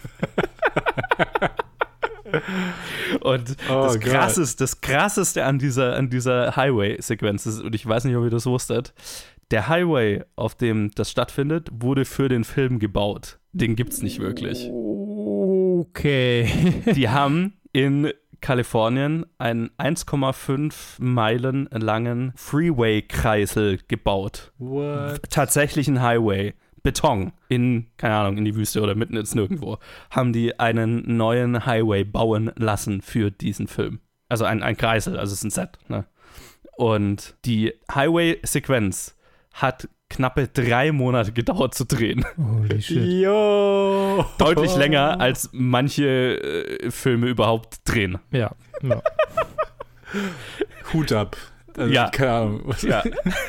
Und Oh das, Gott. krasseste, das krasseste an dieser, an dieser Highway-Sequenz ist, und ich weiß nicht, ob ihr das wusstet, der Highway, auf dem das stattfindet, wurde für den Film gebaut. Den gibt's nicht wirklich. Okay. Die haben in Kalifornien einen eins Komma fünf Meilen langen Freeway-Kreisel gebaut. What? Tatsächlich ein Highway. Beton in, keine Ahnung, in die Wüste oder mitten ins Nirgendwo. Haben die einen neuen Highway bauen lassen für diesen Film. Also ein, ein Kreisel, also es ist ein Set. Ne? Und die Highway-Sequenz hat knappe drei Monate gedauert zu drehen. Holy shit. Yo! Deutlich länger, als manche äh, Filme überhaupt drehen. Ja. ja. Hut ab. Also, Ja. Keine Ahnung. Was- Ja.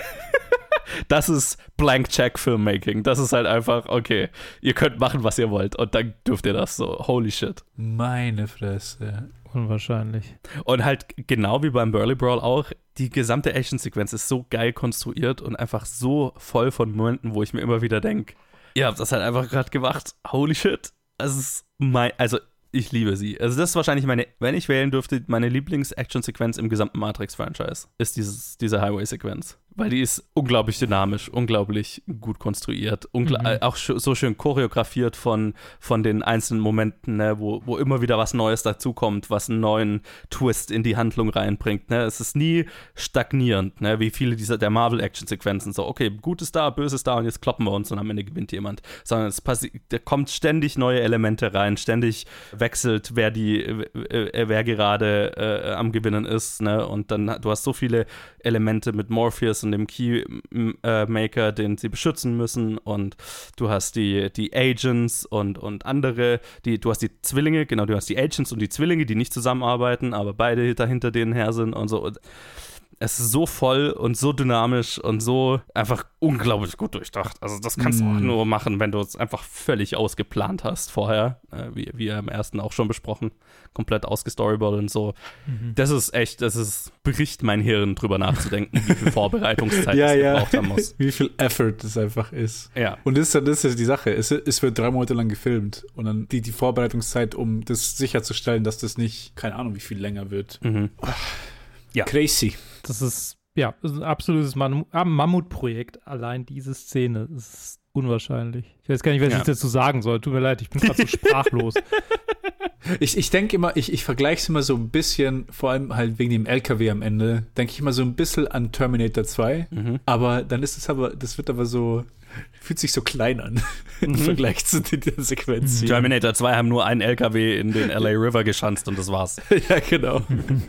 Das ist Blank Check Filmmaking. Das ist halt einfach, okay, ihr könnt machen, was ihr wollt und dann dürft ihr das so. Holy shit. Meine Fresse. Unwahrscheinlich. Und halt genau wie beim Burly Brawl auch, die gesamte Action-Sequenz ist so geil konstruiert und einfach so voll von Momenten, wo ich mir immer wieder denke, ihr habt das halt einfach gerade gemacht. Holy shit. Das ist mein, also ich liebe sie. Also das ist wahrscheinlich meine, wenn ich wählen dürfte, meine Lieblings-Action-Sequenz im gesamten Matrix-Franchise ist dieses, diese Highway-Sequenz. Weil die ist unglaublich dynamisch, unglaublich gut konstruiert, ungla- Mhm. äh, auch sch- so schön choreografiert von, von den einzelnen Momenten, ne, wo, wo immer wieder was Neues dazukommt, was einen neuen Twist in die Handlung reinbringt. Ne. Es ist nie stagnierend, ne, wie viele dieser der Marvel-Action-Sequenzen. So, okay, Gutes da, Böses da und jetzt kloppen wir uns und am Ende gewinnt jemand. Sondern es passi- da kommt ständig neue Elemente rein, ständig wechselt, wer die, äh, wer gerade äh, am Gewinnen ist. Ne. Und dann, du hast so viele Elemente mit Morpheus und dem Keymaker, den sie beschützen müssen, und du hast die, die Agents und, und andere, die, du hast die Zwillinge, genau, du hast die Agents und die Zwillinge, die nicht zusammenarbeiten, aber beide dahinter denen her sind und so. Und es ist so voll und so dynamisch und so einfach unglaublich gut durchdacht. Also das kannst du Mm. auch nur machen, wenn du es einfach völlig ausgeplant hast vorher, äh, wie, wie im ersten auch schon besprochen, komplett ausgestoryboardet und so. Mhm. Das ist echt, das ist, bricht mein Hirn drüber nachzudenken, wie viel Vorbereitungszeit Ja, es ja. gebraucht haben muss. Wie viel Effort das einfach ist. Ja. Und das ist, das ist die Sache. Es, es wird drei Monate lang gefilmt. Und dann die, die Vorbereitungszeit, um das sicherzustellen, dass das nicht, keine Ahnung, wie viel länger wird. Mhm. Ja. Crazy. Das ist, ja, das ist ein absolutes Mam ah, Mammutprojekt. Allein diese Szene. Das ist unwahrscheinlich. Ich weiß gar nicht, was Ja. ich dazu sagen soll. Tut mir leid, ich bin gerade so sprachlos. Ich, ich denke immer, ich, ich vergleiche es immer so ein bisschen, vor allem halt wegen dem L K W am Ende, denke ich immer so ein bisschen an Terminator zwei. Mhm. Aber dann ist es aber, das wird aber so, fühlt sich so klein an im Vergleich zu der Sequenz hier. Terminator zwei haben nur einen L K W in den L A River geschanzt und das war's. Ja, genau.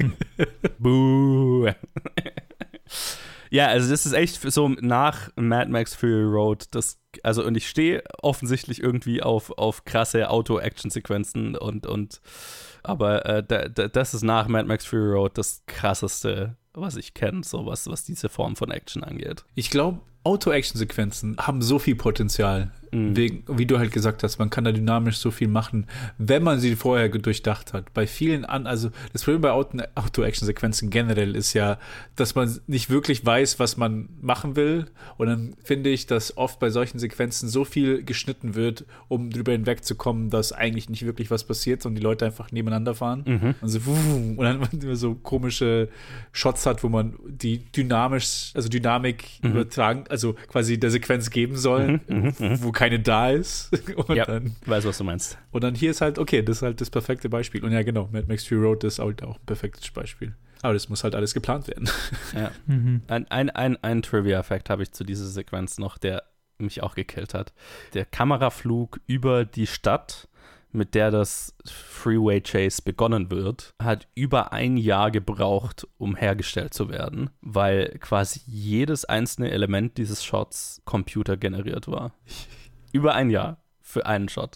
Buh. Ja, also das ist echt so nach Mad Max Fury Road, das, also und ich stehe offensichtlich irgendwie auf, auf krasse Auto-Action-Sequenzen und, und aber äh, da, da, das ist nach Mad Max Fury Road das krasseste was ich kenne, so was, was diese Form von Action angeht. Ich glaube, Auto-Action-Sequenzen haben so viel Potenzial. Mhm. Wegen, wie du halt gesagt hast, man kann da dynamisch so viel machen, wenn man sie vorher durchdacht hat. Bei vielen an, also das Problem bei Auto- Auto-Action-Sequenzen generell ist ja, dass man nicht wirklich weiß, was man machen will. Und dann finde ich, dass oft bei solchen Sequenzen so viel geschnitten wird, um drüber hinwegzukommen, dass eigentlich nicht wirklich was passiert und die Leute einfach nebeneinander fahren. Mhm. Also, und dann man immer so komische Shots hat, wo man die dynamisch, also Dynamik Mhm. übertragen, also quasi der Sequenz geben soll, Mhm, mhm, wo keine da ist. Und, Ja, dann, weiß, was du meinst. und dann hier ist halt, okay, das ist halt das perfekte Beispiel. Und ja, genau, Mad Max Fury Road ist halt auch ein perfektes Beispiel. Aber das muss halt alles geplant werden. Ja. Mhm. Ein, ein, ein, ein Trivia-Fact habe ich zu dieser Sequenz noch, der mich auch gekillt hat. Der Kameraflug über die Stadt, mit der das Freeway Chase begonnen wird, hat über ein Jahr gebraucht, um hergestellt zu werden, weil quasi jedes einzelne Element dieses Shots computergeneriert war. Über ein Jahr für einen Shot.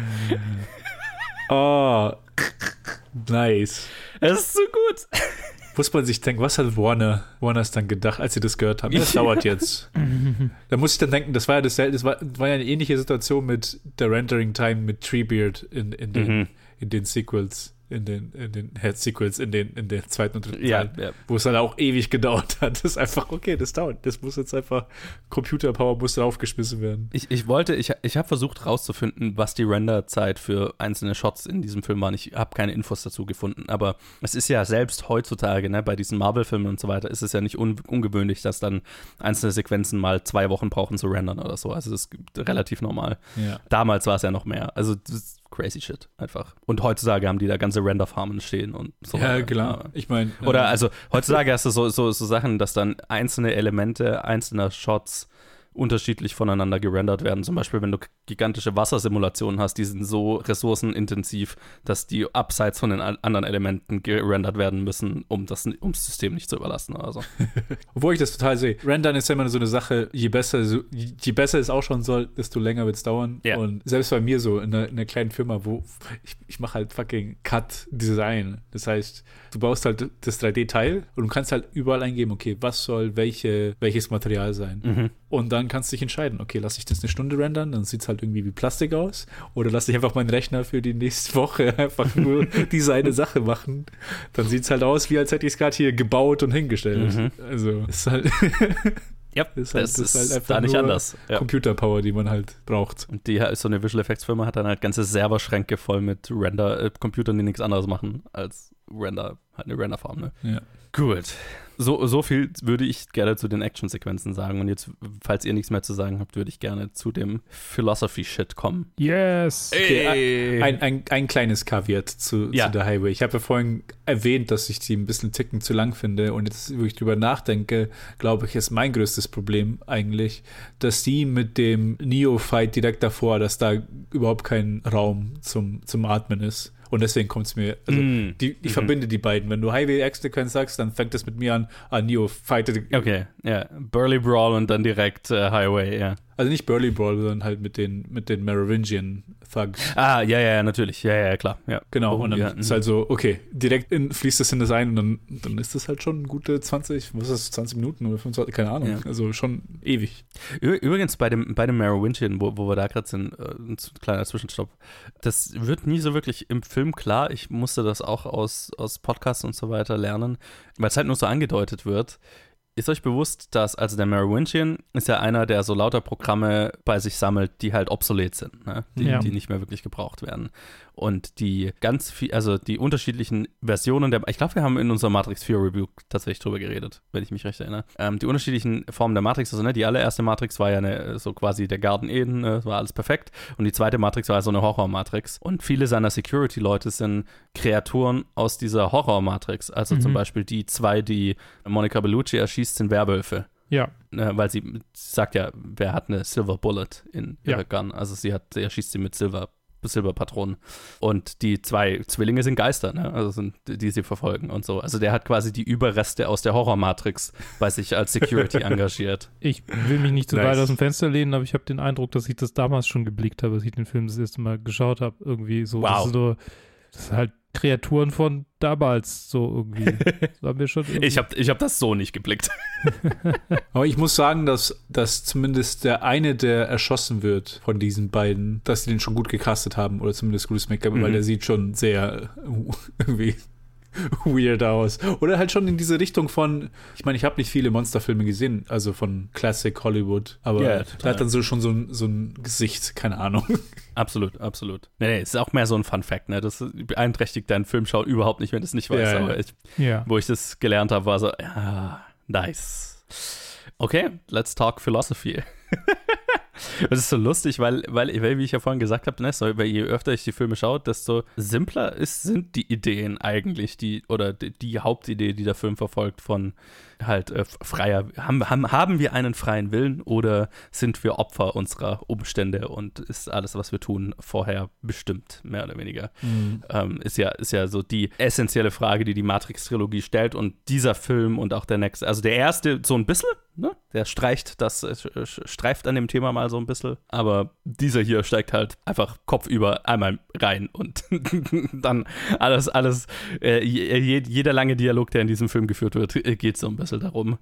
Oh, nice. Es ist so gut. Muss man sich denken, was hat Warner, Warner's dann gedacht, als sie das gehört haben? Das dauert jetzt. Da muss ich dann denken, das war ja dasselbe, das war, war ja eine ähnliche Situation mit der Rendering Time mit Treebeard in, in, den, Mhm. in den Sequels, in den, in den Head-Sequels, in den, in den zweiten und dritten Ja, Teil, ja. wo es dann auch ewig gedauert hat. Das ist einfach, okay, das dauert. Das muss jetzt einfach, Computerpower muss draufgeschmissen werden. Ich, ich wollte, ich, ich habe versucht rauszufinden, was die Renderzeit für einzelne Shots in diesem Film waren. Ich habe keine Infos dazu gefunden, aber es ist ja selbst heutzutage, ne, bei diesen Marvel-Filmen und so weiter, ist es ja nicht un, ungewöhnlich, dass dann einzelne Sequenzen mal zwei Wochen brauchen zu rendern oder so. Also das ist relativ normal. Ja. Damals war es ja noch mehr. Also das ist crazy shit einfach. Und heutzutage haben die da ganze Render-Farmen stehen und so. Ja, weiter. klar. Ich meine. Oder also heutzutage hast du so, so, so Sachen, dass dann einzelne Elemente einzelner Shots unterschiedlich voneinander gerendert werden. Zum Beispiel, wenn du gigantische Wassersimulationen hast, die sind so ressourcenintensiv, dass die abseits von den a- anderen Elementen gerendert werden müssen, um das, um das System nicht zu überlassen oder so. Obwohl ich das total sehe. Rendern ist ja immer so eine Sache, je besser, so, je besser es ausschauen soll, desto länger wird es dauern. Ja. Und selbst bei mir so, in einer, in einer kleinen Firma, wo ich, ich mache halt fucking Cut-Design. Das heißt, du baust halt das drei D-Teil und du kannst halt überall eingeben, okay, was soll welche, welches Material sein. Mhm. Und dann kannst du dich entscheiden, okay, lasse ich das eine Stunde rendern, dann sieht es halt irgendwie wie Plastik aus. Oder lasse ich einfach meinen Rechner für die nächste Woche einfach nur diese eine Sache machen. Dann sieht es halt aus, wie als hätte ich es gerade hier gebaut und hingestellt. Mhm. Also, ist halt, Ja, ist halt, das ist, ist halt einfach da nicht nur anders. Ja. Computerpower, die man halt braucht. Und die so eine Visual Effects Firma hat dann halt ganze Serverschränke voll mit Render-Computern, die nichts anderes machen als Render, halt eine Render-Farm, ne? Ja. Gut. So, so viel würde ich gerne zu den Action-Sequenzen sagen. Und jetzt, falls ihr nichts mehr zu sagen habt, würde ich gerne zu dem Philosophy-Shit kommen. Yes. Okay, ein, ein, ein kleines Kaviar zu, Ja. zu der Highway. Ich habe ja vorhin erwähnt, dass ich die ein bisschen ticken zu lang finde. Und jetzt, wo ich drüber nachdenke, glaube ich, ist mein größtes Problem eigentlich, dass die mit dem Neo-Fight direkt davor, dass da überhaupt kein Raum zum, zum Atmen ist. Und deswegen kommt es mir, also Mm. die, ich Mhm. verbinde die beiden. Wenn du Highway-Action-Sequenz sagst, dann fängt das mit mir an, ah, Neo fightet. Okay, ja. Burly Brawl und dann direkt äh, Highway, ja. Also nicht Burly Brawl, sondern halt mit den, mit den Merovingian Thugs. Ah, ja, ja, natürlich. Ja, ja, klar. Ja. Genau, Oh, und dann ja, ist mhm. halt so, okay, direkt in, fließt das in das ein und dann, dann ist das halt schon gute zwanzig, was ist das, zwanzig Minuten oder fünfundzwanzig, keine Ahnung. Ja. Also schon ewig. Ü- Übrigens bei dem, bei dem Merovingian, wo, wo wir da gerade sind, äh, ein z- kleiner Zwischenstopp, das wird nie so wirklich im Film klar. Ich musste das auch aus, aus Podcasts und so weiter lernen, weil es halt nur so angedeutet wird. Ist euch bewusst, dass, also der Merovingian ist ja einer, der so lauter Programme bei sich sammelt, die halt obsolet sind, ne? die, Ja. die nicht mehr wirklich gebraucht werden. Und die ganz viel, also die unterschiedlichen Versionen der, ich glaube, wir haben in unserer Matrix vier Review tatsächlich drüber geredet, wenn ich mich recht erinnere. Ähm, die unterschiedlichen Formen der Matrix, also ne, die allererste Matrix war ja eine, so quasi der Garden Eden, äh, war alles perfekt. Und die zweite Matrix war so eine Horror-Matrix. Und viele seiner Security-Leute sind Kreaturen aus dieser Horror-Matrix. Also Mhm. zum Beispiel die zwei, die Monica Bellucci erschießt, sind Werwölfe. Ja. Ne, weil sie, sie sagt ja, wer hat eine Silver Bullet in ihrer Ja. Gun? Also sie hat, sie erschießt sie mit Silver, Silberpatronen. Und die zwei Zwillinge sind Geister, ne? Also sind, die sie verfolgen und so. Also der hat quasi die Überreste aus der Horror-Matrix bei sich als Security engagiert. Ich will mich nicht zu Nice. weit aus dem Fenster lehnen, aber ich habe den Eindruck, dass ich das damals schon geblickt habe, als ich den Film das erste Mal geschaut habe. Irgendwie so. Wow. Das ist, so, das ist halt Kreaturen von damals so irgendwie. Das haben wir schon irgendwie. Ich habe ich hab das so nicht geblickt. Aber ich muss sagen, dass, dass zumindest der eine, der erschossen wird von diesen beiden, dass die den schon gut gecastet haben oder zumindest gutes Make-up, mhm. weil der sieht schon sehr uh, irgendwie weird aus. Oder halt schon in diese Richtung von, ich meine, ich habe nicht viele Monsterfilme gesehen, also von Classic Hollywood, aber ja, der hat dann so schon so ein, so ein Gesicht, keine Ahnung. Absolut, absolut. Nee, nee, ist auch mehr so ein Fun-Fact, ne? Das beeinträchtigt deinen Filmschau überhaupt nicht, wenn du es nicht weißt. Ja, aber ja. ich, ja. wo ich das gelernt habe, war so, ja, nice. Okay, let's talk philosophy. Das ist so lustig, weil, weil, wie ich ja vorhin gesagt habe, ne, so, je öfter ich die Filme schaue, desto simpler ist, sind die Ideen eigentlich, die, oder die, die Hauptidee, die der Film verfolgt, von halt äh, freier, haben, haben, haben wir einen freien Willen oder sind wir Opfer unserer Umstände und ist alles, was wir tun, vorher bestimmt, mehr oder weniger. Mhm. Ähm, ist ja, ist ja so die essentielle Frage, die die Matrix-Trilogie stellt, und dieser Film und auch der nächste, also der erste so ein bisschen, ne, der streicht das, äh, streift an dem Thema mal so ein bisschen, aber dieser hier steigt halt einfach kopfüber einmal rein und dann alles, alles, äh, jeder lange Dialog, der in diesem Film geführt wird, geht so ein bisschen darum.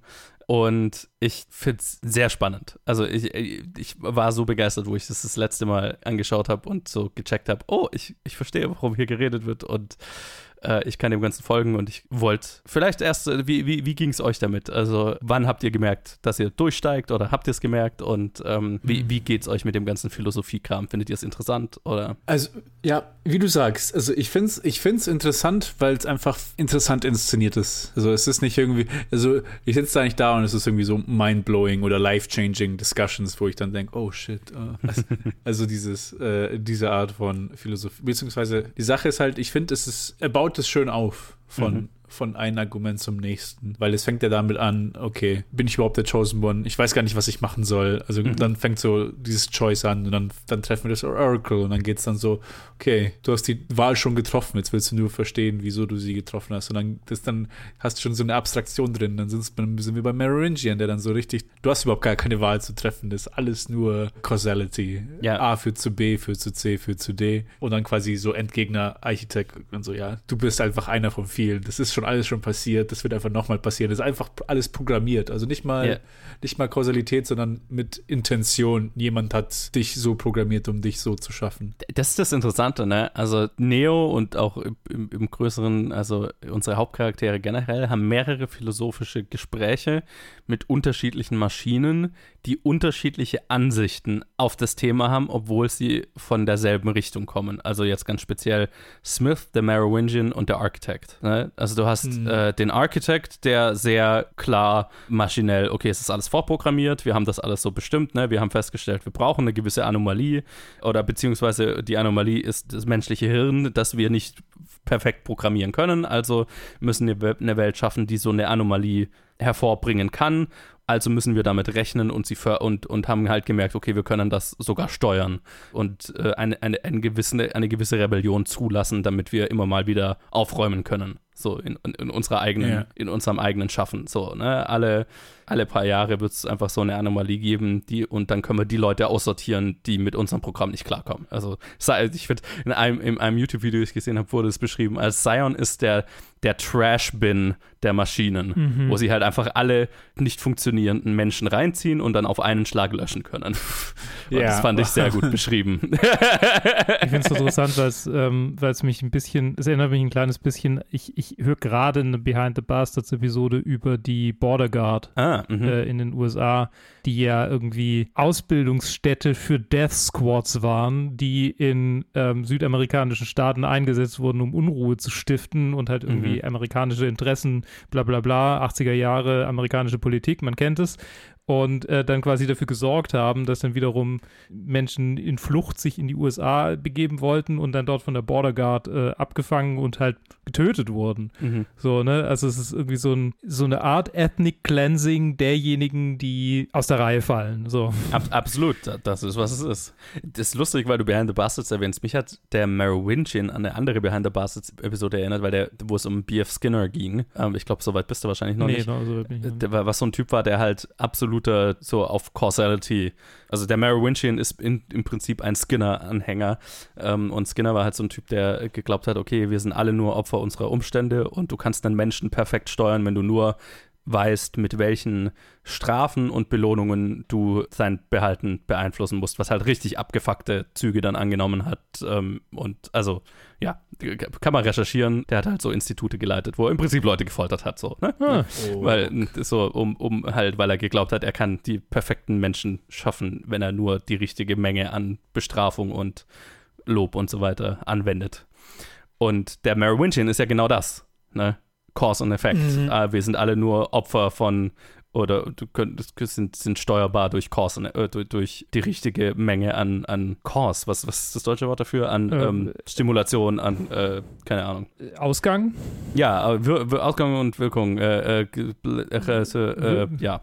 Und ich finde es sehr spannend. Also ich, ich war so begeistert, wo ich das das letzte Mal angeschaut habe und so gecheckt habe, oh, ich, ich verstehe, worum hier geredet wird, und äh, ich kann dem Ganzen folgen, und ich wollte vielleicht erst, wie, wie, wie ging es euch damit? Also wann habt ihr gemerkt, dass ihr durchsteigt, oder habt ihr es gemerkt, und ähm, wie, wie geht es euch mit dem ganzen Philosophiekram? Findet ihr es interessant, oder? Also ja, wie du sagst, also ich finde es ich find's interessant, weil es einfach interessant inszeniert ist. Also es ist nicht irgendwie, also ich sitze da nicht da und es ist irgendwie so mind-blowing oder life-changing Discussions, wo ich dann denke, oh shit. Oh. Also, also dieses, äh, diese Art von Philosophie, beziehungsweise die Sache ist halt, ich finde, es ist, er baut es schön auf von, mhm. von einem Argument zum nächsten, weil es fängt ja damit an, okay, bin ich überhaupt der Chosen One? Ich weiß gar nicht, was ich machen soll. Also mhm. dann fängt so dieses Choice an, und dann, dann treffen wir das Oracle, und dann geht es dann so, okay, du hast die Wahl schon getroffen, jetzt willst du nur verstehen, wieso du sie getroffen hast, und dann, das, dann hast du schon so eine Abstraktion drin, dann sind wir bei Merovingian, der dann so richtig, du hast überhaupt gar keine Wahl zu treffen, das ist alles nur Causality. Ja. A führt zu B, führt zu C, führt zu D, und dann quasi so Endgegner, Architekt, und so, ja, du bist einfach einer von vielen, das ist schon alles schon passiert, das wird einfach nochmal passieren, das ist einfach alles programmiert, also nicht mal, yeah. nicht mal Kausalität, sondern mit Intention, jemand hat dich so programmiert, um dich so zu schaffen. Das ist das Interessante, ne, also Neo und auch im, im größeren, also unsere Hauptcharaktere generell, haben mehrere philosophische Gespräche mit unterschiedlichen Maschinen, die unterschiedliche Ansichten auf das Thema haben, obwohl sie von derselben Richtung kommen, also jetzt ganz speziell Smith, der Merovingian und der Architect, ne? Also du hast mhm. äh, den Architect, der sehr klar maschinell, okay, es ist alles vorprogrammiert, wir haben das alles so bestimmt, ne? Wir haben festgestellt, wir brauchen eine gewisse Anomalie, oder beziehungsweise die Anomalie ist das menschliche Hirn, das wir nicht perfekt programmieren können, also müssen wir eine Welt schaffen, die so eine Anomalie hervorbringen kann. Also müssen wir damit rechnen, und sie für, und, und haben halt gemerkt, okay, wir können das sogar steuern und äh, eine, eine, eine, gewisse, eine gewisse Rebellion zulassen, damit wir immer mal wieder aufräumen können. So in, in unserer eigenen, yeah. in unserem eigenen Schaffen. So, ne? Alle, alle paar Jahre wird es einfach so eine Anomalie geben, die, und dann können wir die Leute aussortieren, die mit unserem Programm nicht klarkommen. Also ich finde, in einem, in einem YouTube-Video, das ich gesehen habe, wurde es beschrieben, als Zion ist der, der Trash-Bin der Maschinen, mhm. wo sie halt einfach alle nicht funktionierenden Menschen reinziehen und dann auf einen Schlag löschen können. Ja. Das fand ich sehr gut beschrieben. Ich finde es interessant, weil es ähm, mich ein bisschen, es erinnert mich ein kleines bisschen, ich, ich höre gerade eine Behind the Bastards-Episode über die Border Guard ah, äh, in den U S A, die ja irgendwie Ausbildungsstätte für Death Squads waren, die in ähm, südamerikanischen Staaten eingesetzt wurden, um Unruhe zu stiften und halt irgendwie mhm. amerikanische Interessen, bla bla bla, achtziger Jahre amerikanische Politik, man kennt es. Und äh, dann quasi dafür gesorgt haben, dass dann wiederum Menschen in Flucht sich in die U S A begeben wollten und dann dort von der Border Guard äh, abgefangen und halt getötet wurden. Mhm. So, ne? Also es ist irgendwie so, ein, so eine Art Ethnic Cleansing derjenigen, die aus der Reihe fallen. So. Ab, absolut, das ist, was es ist. Das ist lustig, weil du Behind the Bastards erwähnst. Mich hat der Merovingian an eine andere Behind the Bastards-Episode erinnert, weil der, wo es um B F Skinner ging. Ähm, ich glaube, so weit bist du wahrscheinlich noch nee, nicht. No, so weit bin ich nicht. Der, was so ein Typ war, der halt absolut absoluter, so auf Causality. Also der Merovingian ist in, im Prinzip ein Skinner-Anhänger. Ähm, und Skinner war halt so ein Typ, der geglaubt hat, okay, wir sind alle nur Opfer unserer Umstände und du kannst einen Menschen perfekt steuern, wenn du nur weißt, mit welchen Strafen und Belohnungen du sein Behalten beeinflussen musst, was halt richtig abgefuckte Züge dann angenommen hat. Ähm, und also, ja, kann man recherchieren. Der hat halt so Institute geleitet, wo er im Prinzip Leute gefoltert hat, so, ne? Ah. Oh. Weil, so, um, um halt, weil er geglaubt hat, er kann die perfekten Menschen schaffen, wenn er nur die richtige Menge an Bestrafung und Lob und so weiter anwendet. Und der Merovingian ist ja genau das, ne? Cause und Effekt. Mhm. Uh, wir sind alle nur Opfer von, oder du könnt, sind, sind steuerbar durch Cause, und, äh, durch, durch die richtige Menge an, an Cause. Was, was ist das deutsche Wort dafür? An ähm, ähm, Stimulation, an, äh, keine Ahnung. Ausgang? Ja, wir, wir, Ausgang und Wirkung. Äh, äh, äh, ja.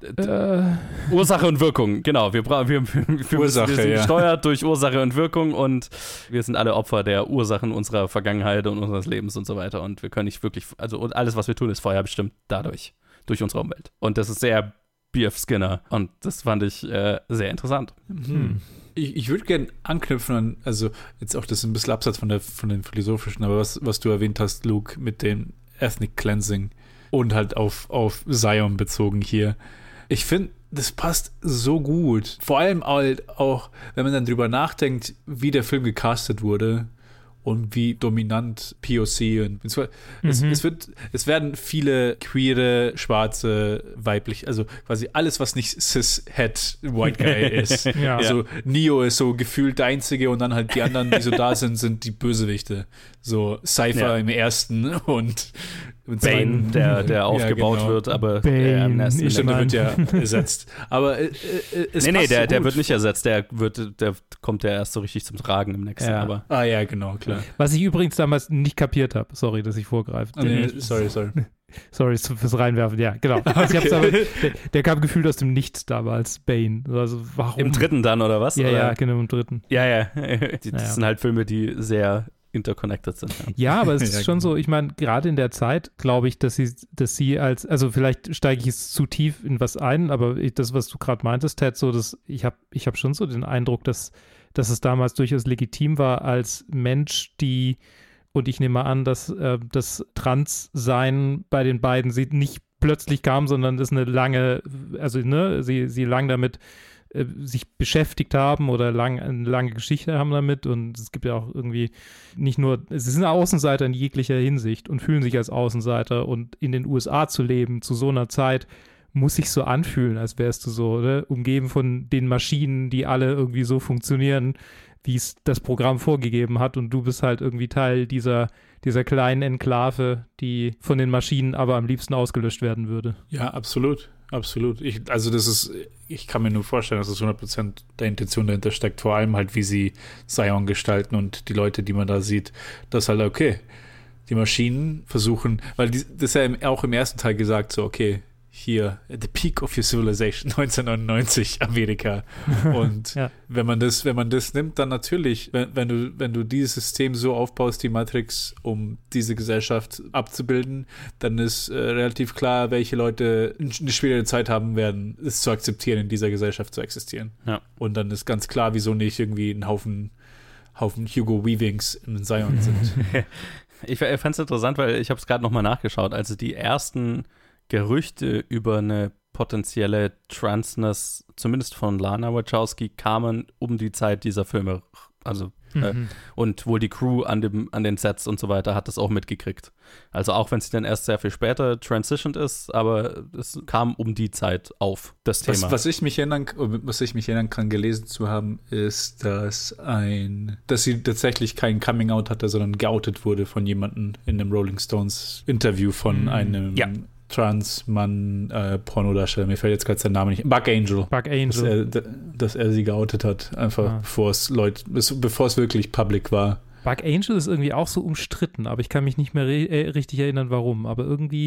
Äh. Ursache und Wirkung, genau. Wir, wir, wir, Ursache, wir sind ja. gesteuert durch Ursache und Wirkung und wir sind alle Opfer der Ursachen unserer Vergangenheit und unseres Lebens und so weiter. Und wir können nicht wirklich, also und alles, was wir tun, ist vorher bestimmt dadurch. Durch unsere Umwelt. Und das ist sehr B F. Skinner. Und das fand ich äh, sehr interessant. Mhm. Ich, ich würde gerne anknüpfen an, also jetzt auch das ist ein bisschen Absatz von, der, von den philosophischen, aber was, was du erwähnt hast, Luke, mit dem Ethnic Cleansing und halt auf, auf Zion bezogen hier. Ich finde, das passt so gut. Vor allem halt auch, wenn man dann drüber nachdenkt, wie der Film gecastet wurde. Und wie dominant P O C und es, mhm. es wird, es werden viele queere, schwarze, weiblich, also quasi alles, was nicht cis-het White Guy ist. Ja. Also Neo ist so gefühlt der Einzige und dann halt die anderen, die so da sind, sind die Bösewichte. So Cypher ja. im ersten und Bane, der, der aufgebaut ja, genau. wird, aber der im ersten wird ja ersetzt. Aber äh, äh, es Nee, nee, der, so der wird nicht ersetzt, der wird, der kommt ja erst so richtig zum Tragen im nächsten. Ja. Aber. Ah ja, genau, klar. Was ich übrigens damals nicht kapiert habe, sorry, dass ich vorgreife. Oh, nee, sorry, sorry. Sorry fürs Reinwerfen, ja, genau. Also ich hab's aber, der, der kam gefühlt aus dem Nichts damals, Bane. Also warum? Im dritten dann, oder was? Ja, oder? ja, genau, im dritten. Ja, ja. Die, das naja. sind halt Filme, die sehr interconnected sind. Ja, ja aber es ist ja, schon genau. so, ich meine, gerade in der Zeit glaube ich, dass sie, dass sie als, also vielleicht steige ich jetzt zu tief in was ein, aber ich, das, was du gerade meintest, Ted, so, dass ich habe ich hab schon so den Eindruck, dass, dass es damals durchaus legitim war, als Mensch, die, und ich nehme an, dass äh, das Transsein bei den beiden sie nicht plötzlich kam, sondern es eine lange, also ne, sie, sie lang damit sich beschäftigt haben oder lang, eine lange Geschichte haben damit und es gibt ja auch irgendwie nicht nur, sie sind Außenseiter in jeglicher Hinsicht und fühlen sich als Außenseiter und in den U S A zu leben zu so einer Zeit muss sich so anfühlen, als wärst du so, oder? Umgeben von den Maschinen, die alle irgendwie so funktionieren, wie es das Programm vorgegeben hat und du bist halt irgendwie Teil dieser, dieser kleinen Enklave, die von den Maschinen aber am liebsten ausgelöscht werden würde. Ja, absolut. Absolut. Ich, also das ist, ich kann mir nur vorstellen, dass es hundert Prozent der Intention dahinter steckt, vor allem halt, wie sie Zion gestalten und die Leute, die man da sieht, dass halt, okay, die Maschinen versuchen, weil die, das ist ja auch im ersten Teil gesagt, so, okay, hier, the peak of your civilization, neunzehnhundertneunundneunzig, Amerika. Und ja. wenn man das, wenn man das nimmt, dann natürlich, wenn, wenn du, wenn du dieses System so aufbaust, die Matrix, um diese Gesellschaft abzubilden, dann ist äh, relativ klar, welche Leute eine schwierige Zeit haben werden, es zu akzeptieren, in dieser Gesellschaft zu existieren. Ja. Und dann ist ganz klar, wieso nicht irgendwie ein Haufen, Haufen Hugo Weavings in Zion sind. Ich fand es interessant, weil ich habe es gerade nochmal nachgeschaut, also die ersten Gerüchte über eine potenzielle Transness, zumindest von Lana Wachowski, kamen um die Zeit dieser Filme. Also, mhm. äh, und wohl die Crew an, dem, an den Sets und so weiter hat das auch mitgekriegt. Also auch wenn sie dann erst sehr viel später transitioned ist, aber es kam um die Zeit auf, das was, Thema. Was ich mich erinnern, was ich mich erinnern kann, gelesen zu haben, ist, dass ein, dass sie tatsächlich kein Coming-out hatte, sondern geoutet wurde von jemandem in einem Rolling Stones Interview von mhm. einem ja. Trans-Mann, äh, Pornodarsteller, mir fällt jetzt gerade sein Name nicht, Buck Angel. Buck Angel. Dass er, dass er sie geoutet hat, einfach ah. bevor es Leute, bevor es wirklich public war. Buck Angel ist irgendwie auch so umstritten, aber ich kann mich nicht mehr re- äh, richtig erinnern, warum. Aber irgendwie,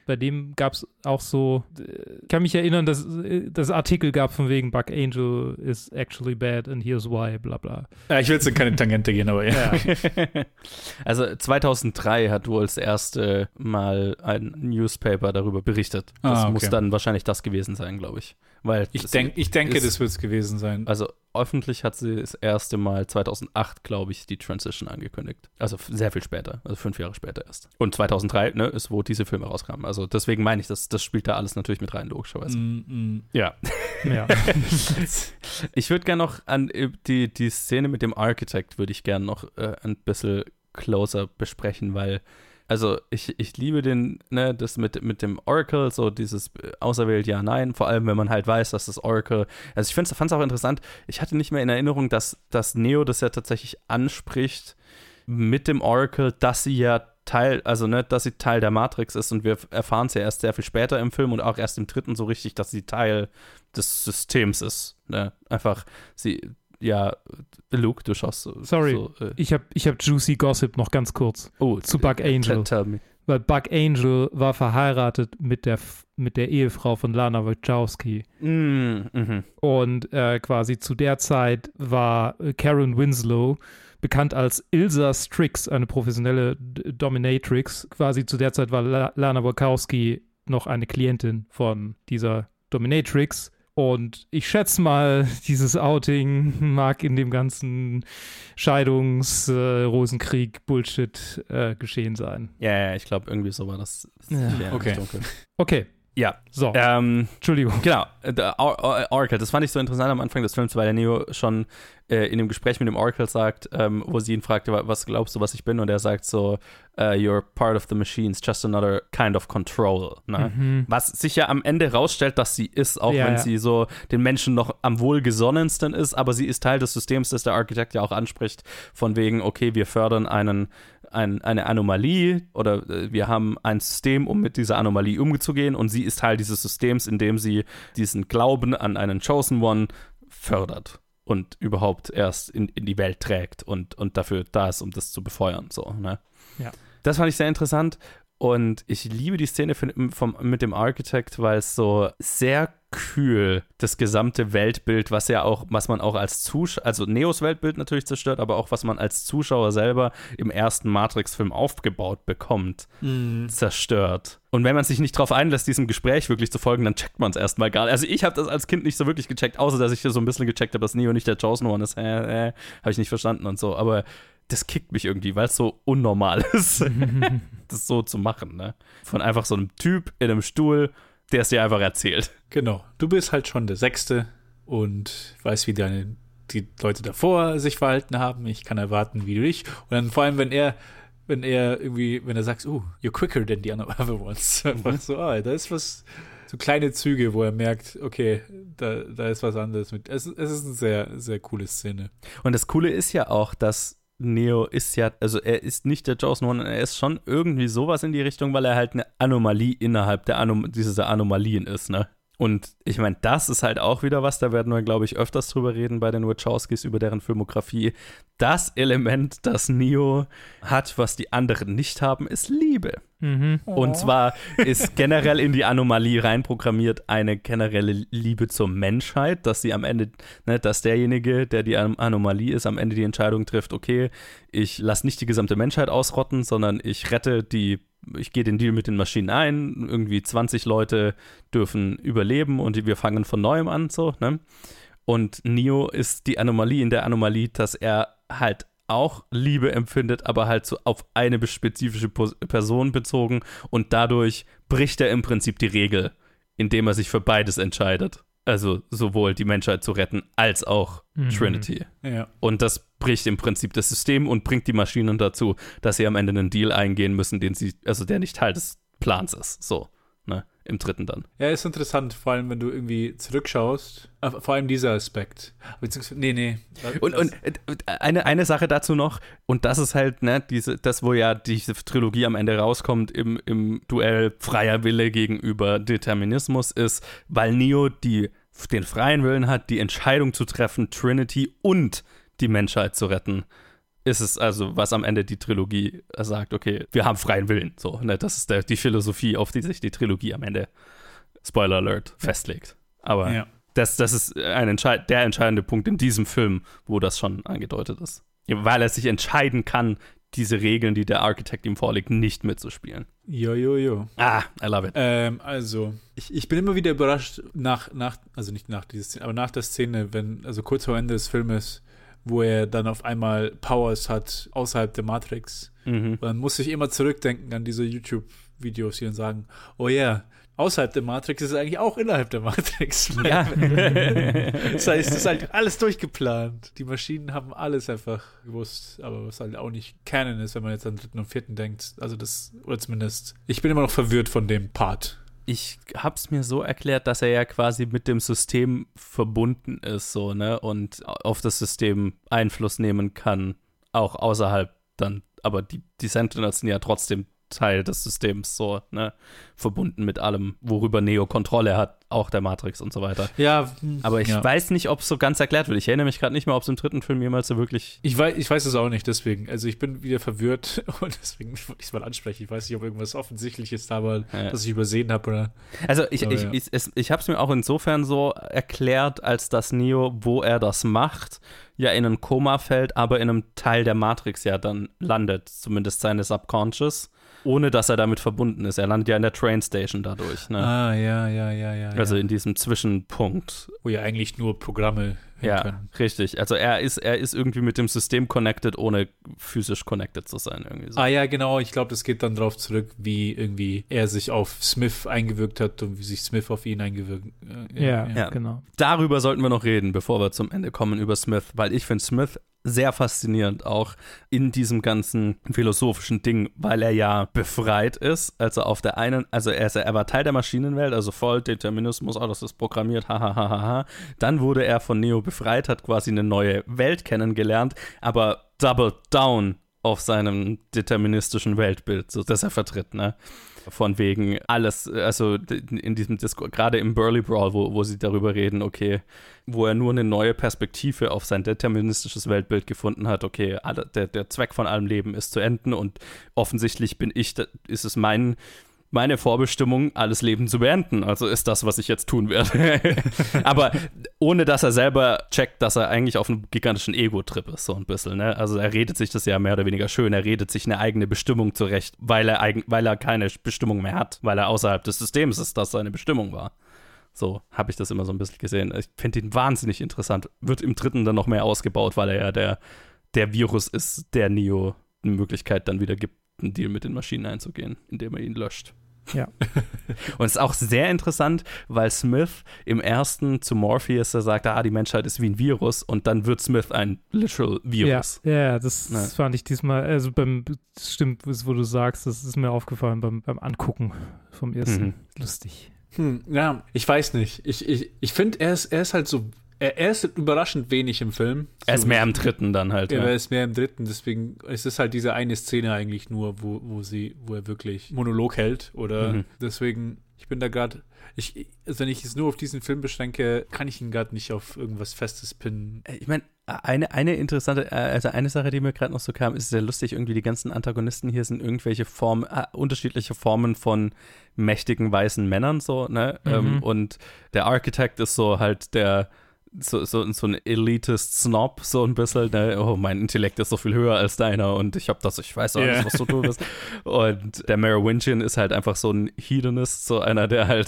bei dem gab es auch so, ich kann mich erinnern, dass das Artikel gab von wegen Buck Angel is actually bad and here's why, bla bla. Ja, ich will jetzt in keine Tangente gehen, aber ja. ja. Also zweitausenddrei hat wohl das erste Mal ein Newspaper darüber berichtet. Das ah, okay. muss dann wahrscheinlich das gewesen sein, glaube ich. Weil ich, denk, ich denke, ist, das wird es gewesen sein. Also öffentlich hat sie das erste Mal zweitausendacht, glaube ich, die Transition angekündigt. Also sehr viel später, also fünf Jahre später erst. Und zweitausenddrei, ne, ist, wo diese Filme rauskamen. Also deswegen meine ich, das, das spielt da alles natürlich mit rein, logischerweise. Mm, mm. Ja. ja. Ich würde gerne noch an die, die Szene mit dem Architect würde ich gerne noch äh, ein bisschen closer besprechen, weil also ich, ich liebe den, ne, das mit, mit dem Oracle, so dieses auserwählt ja, nein, vor allem wenn man halt weiß, dass das Oracle, also ich fand es auch interessant, ich hatte nicht mehr in Erinnerung, dass, dass Neo das ja tatsächlich anspricht mit dem Oracle, dass sie ja Teil, also ne, dass sie Teil der Matrix ist und wir erfahren es ja erst sehr viel später im Film und auch erst im dritten so richtig, dass sie Teil des Systems ist, ne, einfach sie ja, Luke, du schaust so. Sorry, so, äh. ich habe ich hab Juicy Gossip noch ganz kurz oh, zu Buck Angel. Tell me. Weil Buck Angel war verheiratet mit der, mit der Ehefrau von Lana Wachowski. Mm, mm-hmm. Und äh, quasi zu der Zeit war Karen Winslow, bekannt als Ilsa Strix, eine professionelle D- Dominatrix. Quasi zu der Zeit war La- Lana Wachowski noch eine Klientin von dieser Dominatrix. Und ich schätze mal, dieses Outing mag in dem ganzen Scheidungs-, äh, Rosenkrieg, Bullshit äh, geschehen sein. Ja, ja, ich glaube, irgendwie so war das. Ja. Okay. Okay. Ja. So. Ähm, Entschuldigung. Genau. Der Or- Oracle, das fand ich so interessant am Anfang des Films, weil der Neo schon äh, in dem Gespräch mit dem Oracle sagt, ähm, wo sie ihn fragte, was glaubst du, was ich bin? Und er sagt so, uh, you're part of the machines, just another kind of control. Ne? Mhm. Was sich ja am Ende rausstellt, dass sie ist, auch ja, wenn ja. sie so den Menschen noch am wohlgesonnensten ist, aber sie ist Teil des Systems, das der Architekt ja auch anspricht, von wegen, okay, wir fördern einen Ein, eine Anomalie oder äh, wir haben ein System, um mit dieser Anomalie umzugehen und sie ist Teil dieses Systems, indem sie diesen Glauben an einen Chosen One fördert und überhaupt erst in, in die Welt trägt und, und dafür da ist, um das zu befeuern. So, ne? Ja. Das fand ich sehr interessant und ich liebe die Szene von, vom, mit dem Architect, weil es so sehr kühl das gesamte Weltbild, was ja auch, was man auch als Zuschauer, also Neos Weltbild natürlich zerstört, aber auch was man als Zuschauer selber im ersten Matrix-Film aufgebaut bekommt, Mhm. zerstört. Und wenn man sich nicht darauf einlässt, diesem Gespräch wirklich zu folgen, dann checkt man es erstmal gar nicht. Also ich habe das als Kind nicht so wirklich gecheckt, außer dass ich so ein bisschen gecheckt habe, dass Neo nicht der Chosen One ist. Äh, äh, habe ich nicht verstanden und so. Aber das kickt mich irgendwie, weil es so unnormal ist, das so zu machen. Ne? Von einfach so einem Typ in einem Stuhl, der es dir einfach erzählt. Genau. Du bist halt schon der Sechste und weißt, wie deine, die Leute davor sich verhalten haben. Ich kann erwarten, wie du dich. Und dann vor allem, wenn er, wenn er irgendwie, wenn er sagt, oh, you're quicker than the other ones. Einfach so, ah, da ist was, so kleine Züge, wo er merkt, okay, da, da ist was anderes mit. Es, es ist eine sehr, sehr coole Szene. Und das Coole ist ja auch, dass Neo ist ja, also er ist nicht der Chosen One, er ist schon irgendwie sowas in die Richtung, weil er halt eine Anomalie innerhalb der Anom- dieser Anomalien ist, ne? Und ich meine, das ist halt auch wieder was, da werden wir, glaube ich, öfters drüber reden bei den Wachowskis über deren Filmografie. Das Element, das Neo hat, was die anderen nicht haben, ist Liebe. Mhm. Und zwar ist generell in die Anomalie reinprogrammiert eine generelle Liebe zur Menschheit, dass sie am Ende, ne, dass derjenige, der die Anomalie ist, am Ende die Entscheidung trifft, okay, ich lasse nicht die gesamte Menschheit ausrotten, sondern ich rette die, ich gehe den Deal mit den Maschinen ein, irgendwie zwanzig Leute dürfen überleben und wir fangen von neuem an, so, ne? Und Neo ist die Anomalie in der Anomalie, dass er halt auch Liebe empfindet, aber halt so auf eine spezifische Person bezogen und dadurch bricht er im Prinzip die Regel, indem er sich für beides entscheidet. Also sowohl die Menschheit zu retten, als auch Mhm. Trinity. Ja. Und das bricht im Prinzip das System und bringt die Maschinen dazu, dass sie am Ende einen Deal eingehen müssen, den sie, also der nicht Teil des Plans ist. So, ne? Im dritten dann. Ja, ist interessant, vor allem, wenn du irgendwie zurückschaust. Äh, vor allem dieser Aspekt. Beziehungsweise, nee, nee. Und, und äh, eine, eine Sache dazu noch, und das ist halt, ne, diese, das, wo ja diese Trilogie am Ende rauskommt, im, im Duell freier Wille gegenüber Determinismus ist, weil Neo die, den freien Willen hat, die Entscheidung zu treffen, Trinity und die Menschheit zu retten. ist es also, was am Ende die Trilogie sagt, okay, wir haben freien Willen. So, ne? Das ist der, die Philosophie, auf die sich die Trilogie am Ende, Spoiler Alert, festlegt. Aber ja. das, das ist ein Entscheid- der entscheidende Punkt in diesem Film, wo das schon angedeutet ist. Weil er sich entscheiden kann, diese Regeln, die der Architect ihm vorlegt, nicht mitzuspielen. Jo, jo, jo. Ah, I love it. Ähm, also, ich, ich bin immer wieder überrascht nach, nach, also nicht nach dieser Szene, aber nach der Szene, wenn, also kurz vor Ende des Filmes, wo er dann auf einmal Powers hat außerhalb der Matrix. Mhm. Dann muss ich immer zurückdenken an diese YouTube-Videos hier und sagen, oh ja, yeah, außerhalb der Matrix ist es eigentlich auch innerhalb der Matrix. Ja. Das heißt, es ist halt alles durchgeplant. Die Maschinen haben alles einfach gewusst, aber was halt auch nicht Canon ist, wenn man jetzt an den dritten und vierten denkt. Also das, oder zumindest, ich bin immer noch verwirrt von dem Part. Ich hab's mir so erklärt, dass er ja quasi mit dem System verbunden ist, so, ne, und auf das System Einfluss nehmen kann, auch außerhalb dann, aber die, die Sentinels sind ja trotzdem Teil des Systems, so, ne, verbunden mit allem, worüber Neo Kontrolle hat, auch der Matrix und so weiter. Ja. Aber ich ja. weiß nicht, ob es so ganz erklärt wird. Ich erinnere mich gerade nicht mehr, ob es im dritten Film jemals so wirklich... Ich weiß, ich weiß es auch nicht, deswegen. Also ich bin wieder verwirrt und deswegen wollte ich es mal ansprechen. Ich weiß nicht, ob irgendwas Offensichtliches da war, ja. das ich übersehen habe. Oder also ich, Aber ich, ja. ich, ich, ich habe es mir auch insofern so erklärt, als dass Neo, wo er das macht, ja in ein Koma fällt, aber in einem Teil der Matrix ja dann landet, zumindest seine Subconscious, ohne dass er damit verbunden ist. Er landet ja in der Train Station dadurch. Ne? Ah, ja, ja, ja, ja. Also ja. in diesem Zwischenpunkt. Wo ja eigentlich nur Programme hin Ja, können. richtig. Also er ist, er ist irgendwie mit dem System connected, ohne physisch connected zu sein. Irgendwie so. Ah ja, genau. Ich glaube, das geht dann drauf zurück, wie irgendwie er sich auf Smith eingewirkt hat und wie sich Smith auf ihn eingewirkt hat. Äh, ja, ja, ja, genau. Darüber sollten wir noch reden, bevor wir zum Ende kommen, über Smith, weil ich finde Smith sehr faszinierend auch in diesem ganzen philosophischen Ding, weil er ja befreit ist. Also auf der einen, also er, ist, er war Teil der Maschinenwelt, also voll Determinismus, alles ist programmiert, hahaha. Ha, ha, ha. Dann wurde er von Neo befreit, hat quasi eine neue Welt kennengelernt, aber doubled down auf seinem deterministischen Weltbild, so das er vertritt, ne? Von wegen alles, also in diesem Diskurs, gerade im Burly Brawl, wo, wo sie darüber reden, okay, wo er nur eine neue Perspektive auf sein deterministisches Weltbild gefunden hat, okay, alle, der, der Zweck von allem Leben ist zu enden und offensichtlich bin ich, ist es mein meine Vorbestimmung, alles Leben zu beenden. Also ist das, was ich jetzt tun werde. Aber ohne, dass er selber checkt, dass er eigentlich auf einem gigantischen Ego-Trip ist, so ein bisschen. Ne? Also er redet sich das ja mehr oder weniger schön. Er redet sich eine eigene Bestimmung zurecht, weil er, eigen, weil er keine Bestimmung mehr hat, weil er außerhalb des Systems ist, das seine Bestimmung war. So habe ich das immer so ein bisschen gesehen. Ich finde ihn wahnsinnig interessant. Wird im dritten dann noch mehr ausgebaut, weil er ja der, der Virus ist, der Neo eine Möglichkeit dann wieder gibt, einen Deal mit den Maschinen einzugehen, indem er ihn löscht. Ja. Und es ist auch sehr interessant, weil Smith im ersten zu Morpheus sagt, ah, die Menschheit ist wie ein Virus und dann wird Smith ein literal Virus. Ja, ja das, ja. das fand ich diesmal, also beim, das stimmt, wo du sagst, das ist mir aufgefallen beim, beim Angucken vom ersten. Mhm. Lustig. Hm, ja, ich weiß nicht. Ich, ich, ich finde, er ist, er ist halt so Er, er ist überraschend wenig im Film. Er ist mehr im dritten dann halt. Ja, ja. er ist mehr im dritten, deswegen es ist halt diese eine Szene eigentlich nur, wo, wo sie, wo er wirklich Monolog hält. Oder mhm. deswegen, ich bin da gerade, ich, also wenn ich es nur auf diesen Film beschränke, kann ich ihn gerade nicht auf irgendwas Festes pinnen. Ich meine, eine, eine interessante, also eine Sache, die mir gerade noch so kam, ist sehr lustig, irgendwie die ganzen Antagonisten hier sind irgendwelche Formen, äh, unterschiedliche Formen von mächtigen weißen Männern, so, ne? Mhm. Ähm, und der Architect ist so halt der So, so, so ein elitist Snob, so ein bisschen, ne? Oh, mein Intellekt ist so viel höher als deiner und ich hab das, ich weiß alles, yeah. was du tust. Und der Merovingian ist halt einfach so ein Hedonist, so einer, der halt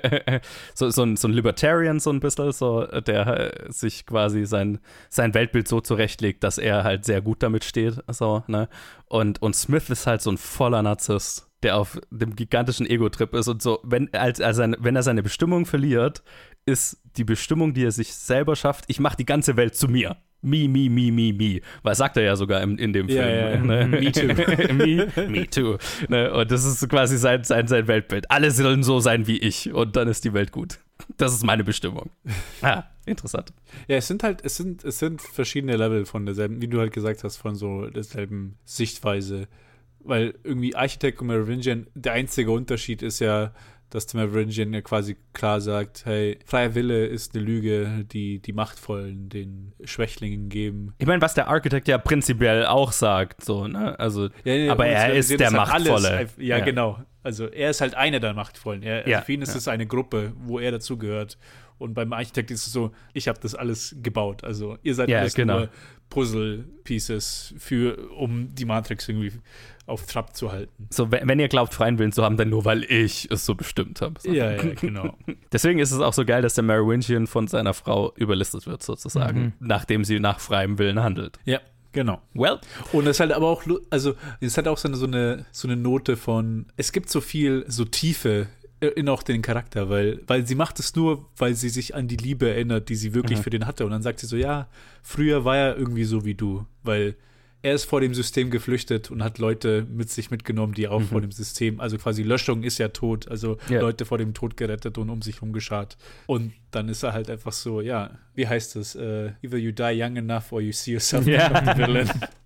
so, so, ein, so ein Libertarian, so ein bisschen, so, der sich quasi sein, sein Weltbild so zurechtlegt, dass er halt sehr gut damit steht, so, ne? Und, und Smith ist halt so ein voller Narzisst, der auf dem gigantischen Ego-Trip ist und so, wenn, als, als seine, wenn er seine Bestimmung verliert, ist die Bestimmung, die er sich selber schafft, ich mache die ganze Welt zu mir. Me, me, me, me, me. Weil sagt er ja sogar in, in dem ja, Film. Ja, ne? Me too. me, me too. Ne? Und das ist quasi sein, sein, sein Weltbild. Alle sollen so sein wie ich und dann ist die Welt gut. Das ist meine Bestimmung. Ah, interessant. Ja, es sind halt, es sind, es sind verschiedene Level von derselben, wie du halt gesagt hast, von so derselben Sichtweise. Weil irgendwie Architect und Merovingian, der einzige Unterschied ist ja, dass der Merovingian ja quasi klar sagt, hey, freier Wille ist eine Lüge, die die Machtvollen den Schwächlingen geben. Ich meine, was der Architect ja prinzipiell auch sagt, so, ne? Also, ja, ja, aber er ist der Machtvolle. Alles, ja, ja, genau. Also er ist halt einer der Machtvollen. Er, also ja, für ihn ist ja. es eine Gruppe, wo er dazugehört. Und beim Architekt ist es so, ich habe das alles gebaut. Also ihr seid ja, alles genau. nur Puzzle-Pieces, für, um die Matrix irgendwie auf Trab zu halten. So, wenn ihr glaubt, freien Willen zu haben, dann nur, weil ich es so bestimmt habe. So. Ja, ja, genau. Deswegen ist es auch so geil, dass der Merovingian von seiner Frau überlistet wird, sozusagen, Mhm. nachdem sie nach freiem Willen handelt. Ja, genau. Well. Und es ist halt aber auch, also es hat auch so eine, so eine, so eine Note von, es gibt so viel, so Tiefe in auch den Charakter, weil, weil sie macht es nur, weil sie sich an die Liebe erinnert, die sie wirklich mhm. für den hatte. Und dann sagt sie so, ja, früher war er irgendwie so wie du, weil er ist vor dem System geflüchtet und hat Leute mit sich mitgenommen, die auch mhm. vor dem System, also quasi Löschung ist ja tot, also ja. Leute vor dem Tod gerettet und um sich rumgeschart. Und dann ist er halt einfach so, ja, wie heißt das? Uh, either you die young enough or you see yourself yeah. as a villain.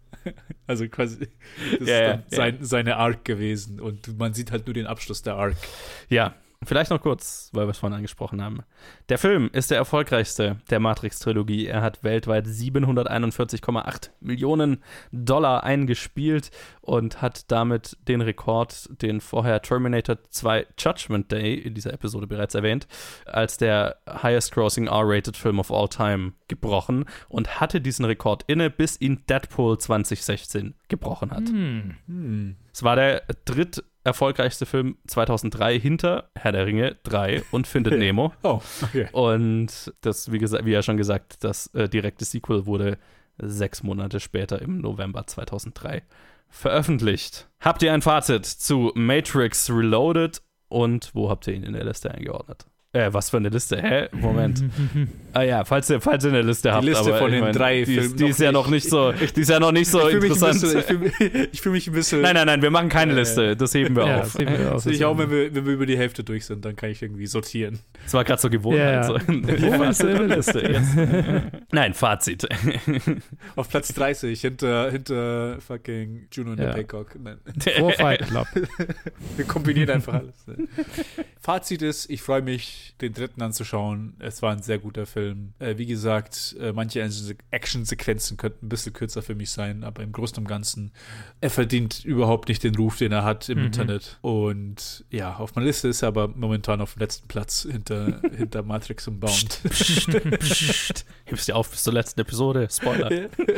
Also quasi, das ja, ist dann ja, sein, ja. seine Arc gewesen und man sieht halt nur den Abschluss der Arc. Ja, vielleicht noch kurz, weil wir es vorhin angesprochen haben. Der Film ist der erfolgreichste der Matrix-Trilogie. Er hat weltweit siebenhunderteinundvierzig Komma acht Millionen Dollar eingespielt und hat damit den Rekord, den vorher Terminator zwei Judgment Day in dieser Episode bereits erwähnt, als der highest-grossing R-rated Film of all time gebrochen und hatte diesen Rekord inne, bis ihn Deadpool zwanzig sechzehn gebrochen hat. Hm. Hm. Es war der dritt erfolgreichste Film zweitausenddrei hinter Herr der Ringe drei und Findet Nemo. Oh, okay. Und das, wie gesagt, wie ja schon gesagt, das äh, direkte Sequel wurde sechs Monate später im November zweitausenddrei veröffentlicht. Habt ihr ein Fazit zu Matrix Reloaded und wo habt ihr ihn in der Liste eingeordnet? Äh, was für eine Liste? Hä? Moment. ah ja, falls ihr, falls ihr eine Liste die habt. Liste aber von den ich mein, drei die Filmen. Ist, die ist ja noch nicht so, die ist ja noch nicht so ich interessant. Bisschen, ich fühle fühl mich ein bisschen. Nein, nein, nein, wir machen keine äh, Liste. Das heben wir ja, auf. Das heben wir auf. Also ich auch, wenn wir, wenn wir über die Hälfte durch sind, dann kann ich irgendwie sortieren. Das war gerade so gewohnt. Ja, ja. Also. Wo ist denn die Liste jetzt? Nein, Fazit. Auf Platz dreißig, hinter, hinter fucking Juno und Ja. der Paycock. Nein. Vor Fight Club. Wir kombinieren einfach alles. Ne? Fazit ist, ich freue mich, den dritten anzuschauen. Es war ein sehr guter Film. Äh, wie gesagt, äh, manche Action-Sequenzen könnten ein bisschen kürzer für mich sein, aber im Großen und Ganzen, er verdient überhaupt nicht den Ruf, den er hat im Mhm. Internet. Und ja, auf meiner Liste ist er aber momentan auf dem letzten Platz hinter, hinter Matrix und Bound. Psst, psst. Hebst dir auf bis zur letzten Episode. Spoiler.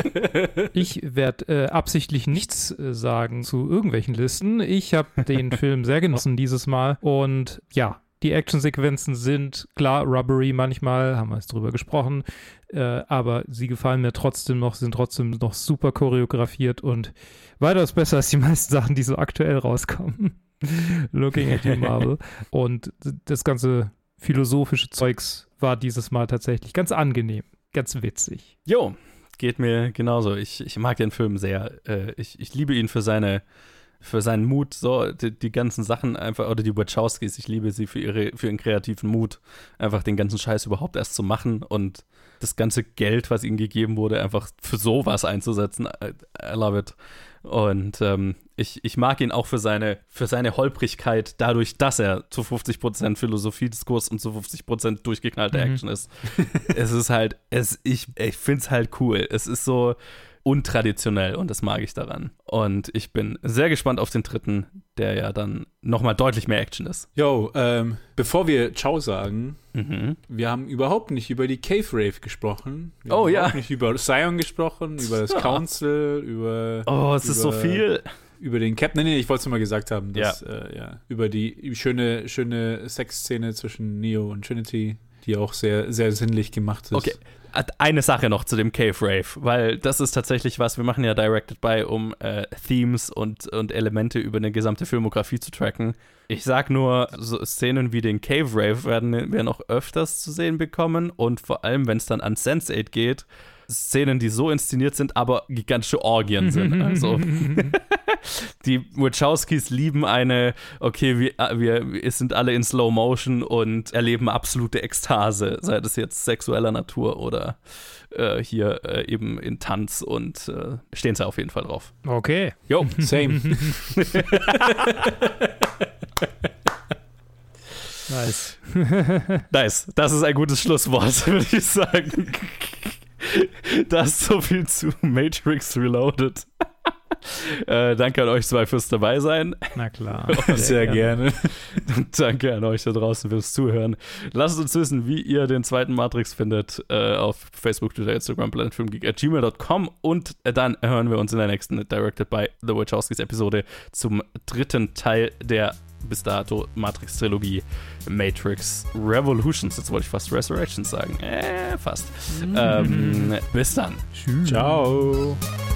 Ich werde äh, absichtlich nichts äh, sagen zu irgendwelchen Listen. Ich habe den Film sehr genossen dieses Mal und ja, die Actionsequenzen sind klar rubbery manchmal, haben wir jetzt drüber gesprochen, äh, aber sie gefallen mir trotzdem noch, sind trotzdem noch super choreografiert und weitaus besser als die meisten Sachen, die so aktuell rauskommen. Looking at you, Marvel. Und das ganze philosophische Zeugs war dieses Mal tatsächlich ganz angenehm, ganz witzig. Jo, geht mir genauso. Ich, ich mag den Film sehr. Äh, ich, ich liebe ihn für seine für seinen Mut, so die, die ganzen Sachen einfach, oder die Wachowskis, ich liebe sie für ihre für ihren kreativen Mut, einfach den ganzen Scheiß überhaupt erst zu machen und das ganze Geld, was ihnen gegeben wurde, einfach für sowas einzusetzen. I, I love it. Und ähm, ich, ich mag ihn auch für seine, für seine Holprigkeit, dadurch, dass er zu fünfzig Prozent Philosophiediskurs und zu fünfzig Prozent durchgeknallte Mhm. Action ist. Es ist halt, es, ich, ich finde es halt cool. Es ist so untraditionell und das mag ich daran. Und ich bin sehr gespannt auf den dritten, der ja dann nochmal deutlich mehr Action ist. Yo, ähm, bevor wir Ciao sagen, Mhm. wir haben überhaupt nicht über die Cave Rave gesprochen. Wir Oh, haben ja. überhaupt nicht über Sion gesprochen, über das Ja. Council, über Oh, es ist so über- viel. über den Captain. Nee, nee, ich wollte es nur mal gesagt haben, dass, Ja. Äh, ja, über die schöne, schöne Sexszene zwischen Neo und Trinity, die auch sehr, sehr sinnlich gemacht ist. Okay, eine Sache noch zu dem Cave Rave, weil das ist tatsächlich was, wir machen ja Directed By, um äh, Themes und, und Elemente über eine gesamte Filmografie zu tracken. Ich sag nur, so Szenen wie den Cave Rave werden wir noch öfters zu sehen bekommen und vor allem, wenn es dann an Sense eight geht, Szenen, die so inszeniert sind, aber gigantische Orgien sind. Also die Wachowskis lieben eine, okay, wir, wir, wir sind alle in Slow Motion und erleben absolute Ekstase, sei das jetzt sexueller Natur oder äh, hier äh, eben in Tanz und äh, stehen sie auf jeden Fall drauf. Okay. Jo. Same. Nice. Nice. Das ist ein gutes Schlusswort, würde ich sagen. Das ist so viel zu Matrix Reloaded. Äh, danke an euch zwei fürs dabei sein. Na klar. Sehr, sehr gerne. gerne. Danke an euch da draußen fürs Zuhören. Lasst uns wissen, wie ihr den zweiten Matrix findet äh, auf Facebook, Twitter, Instagram, planetfilmgeek at gmail dot com und äh, dann hören wir uns in der nächsten Directed by The Wachowskis Episode zum dritten Teil der bis dato Matrix-Trilogie Matrix Revolutions. Jetzt wollte ich fast Resurrections sagen. Äh, fast. Mhm. Ähm, bis dann. Tschüss. Ciao.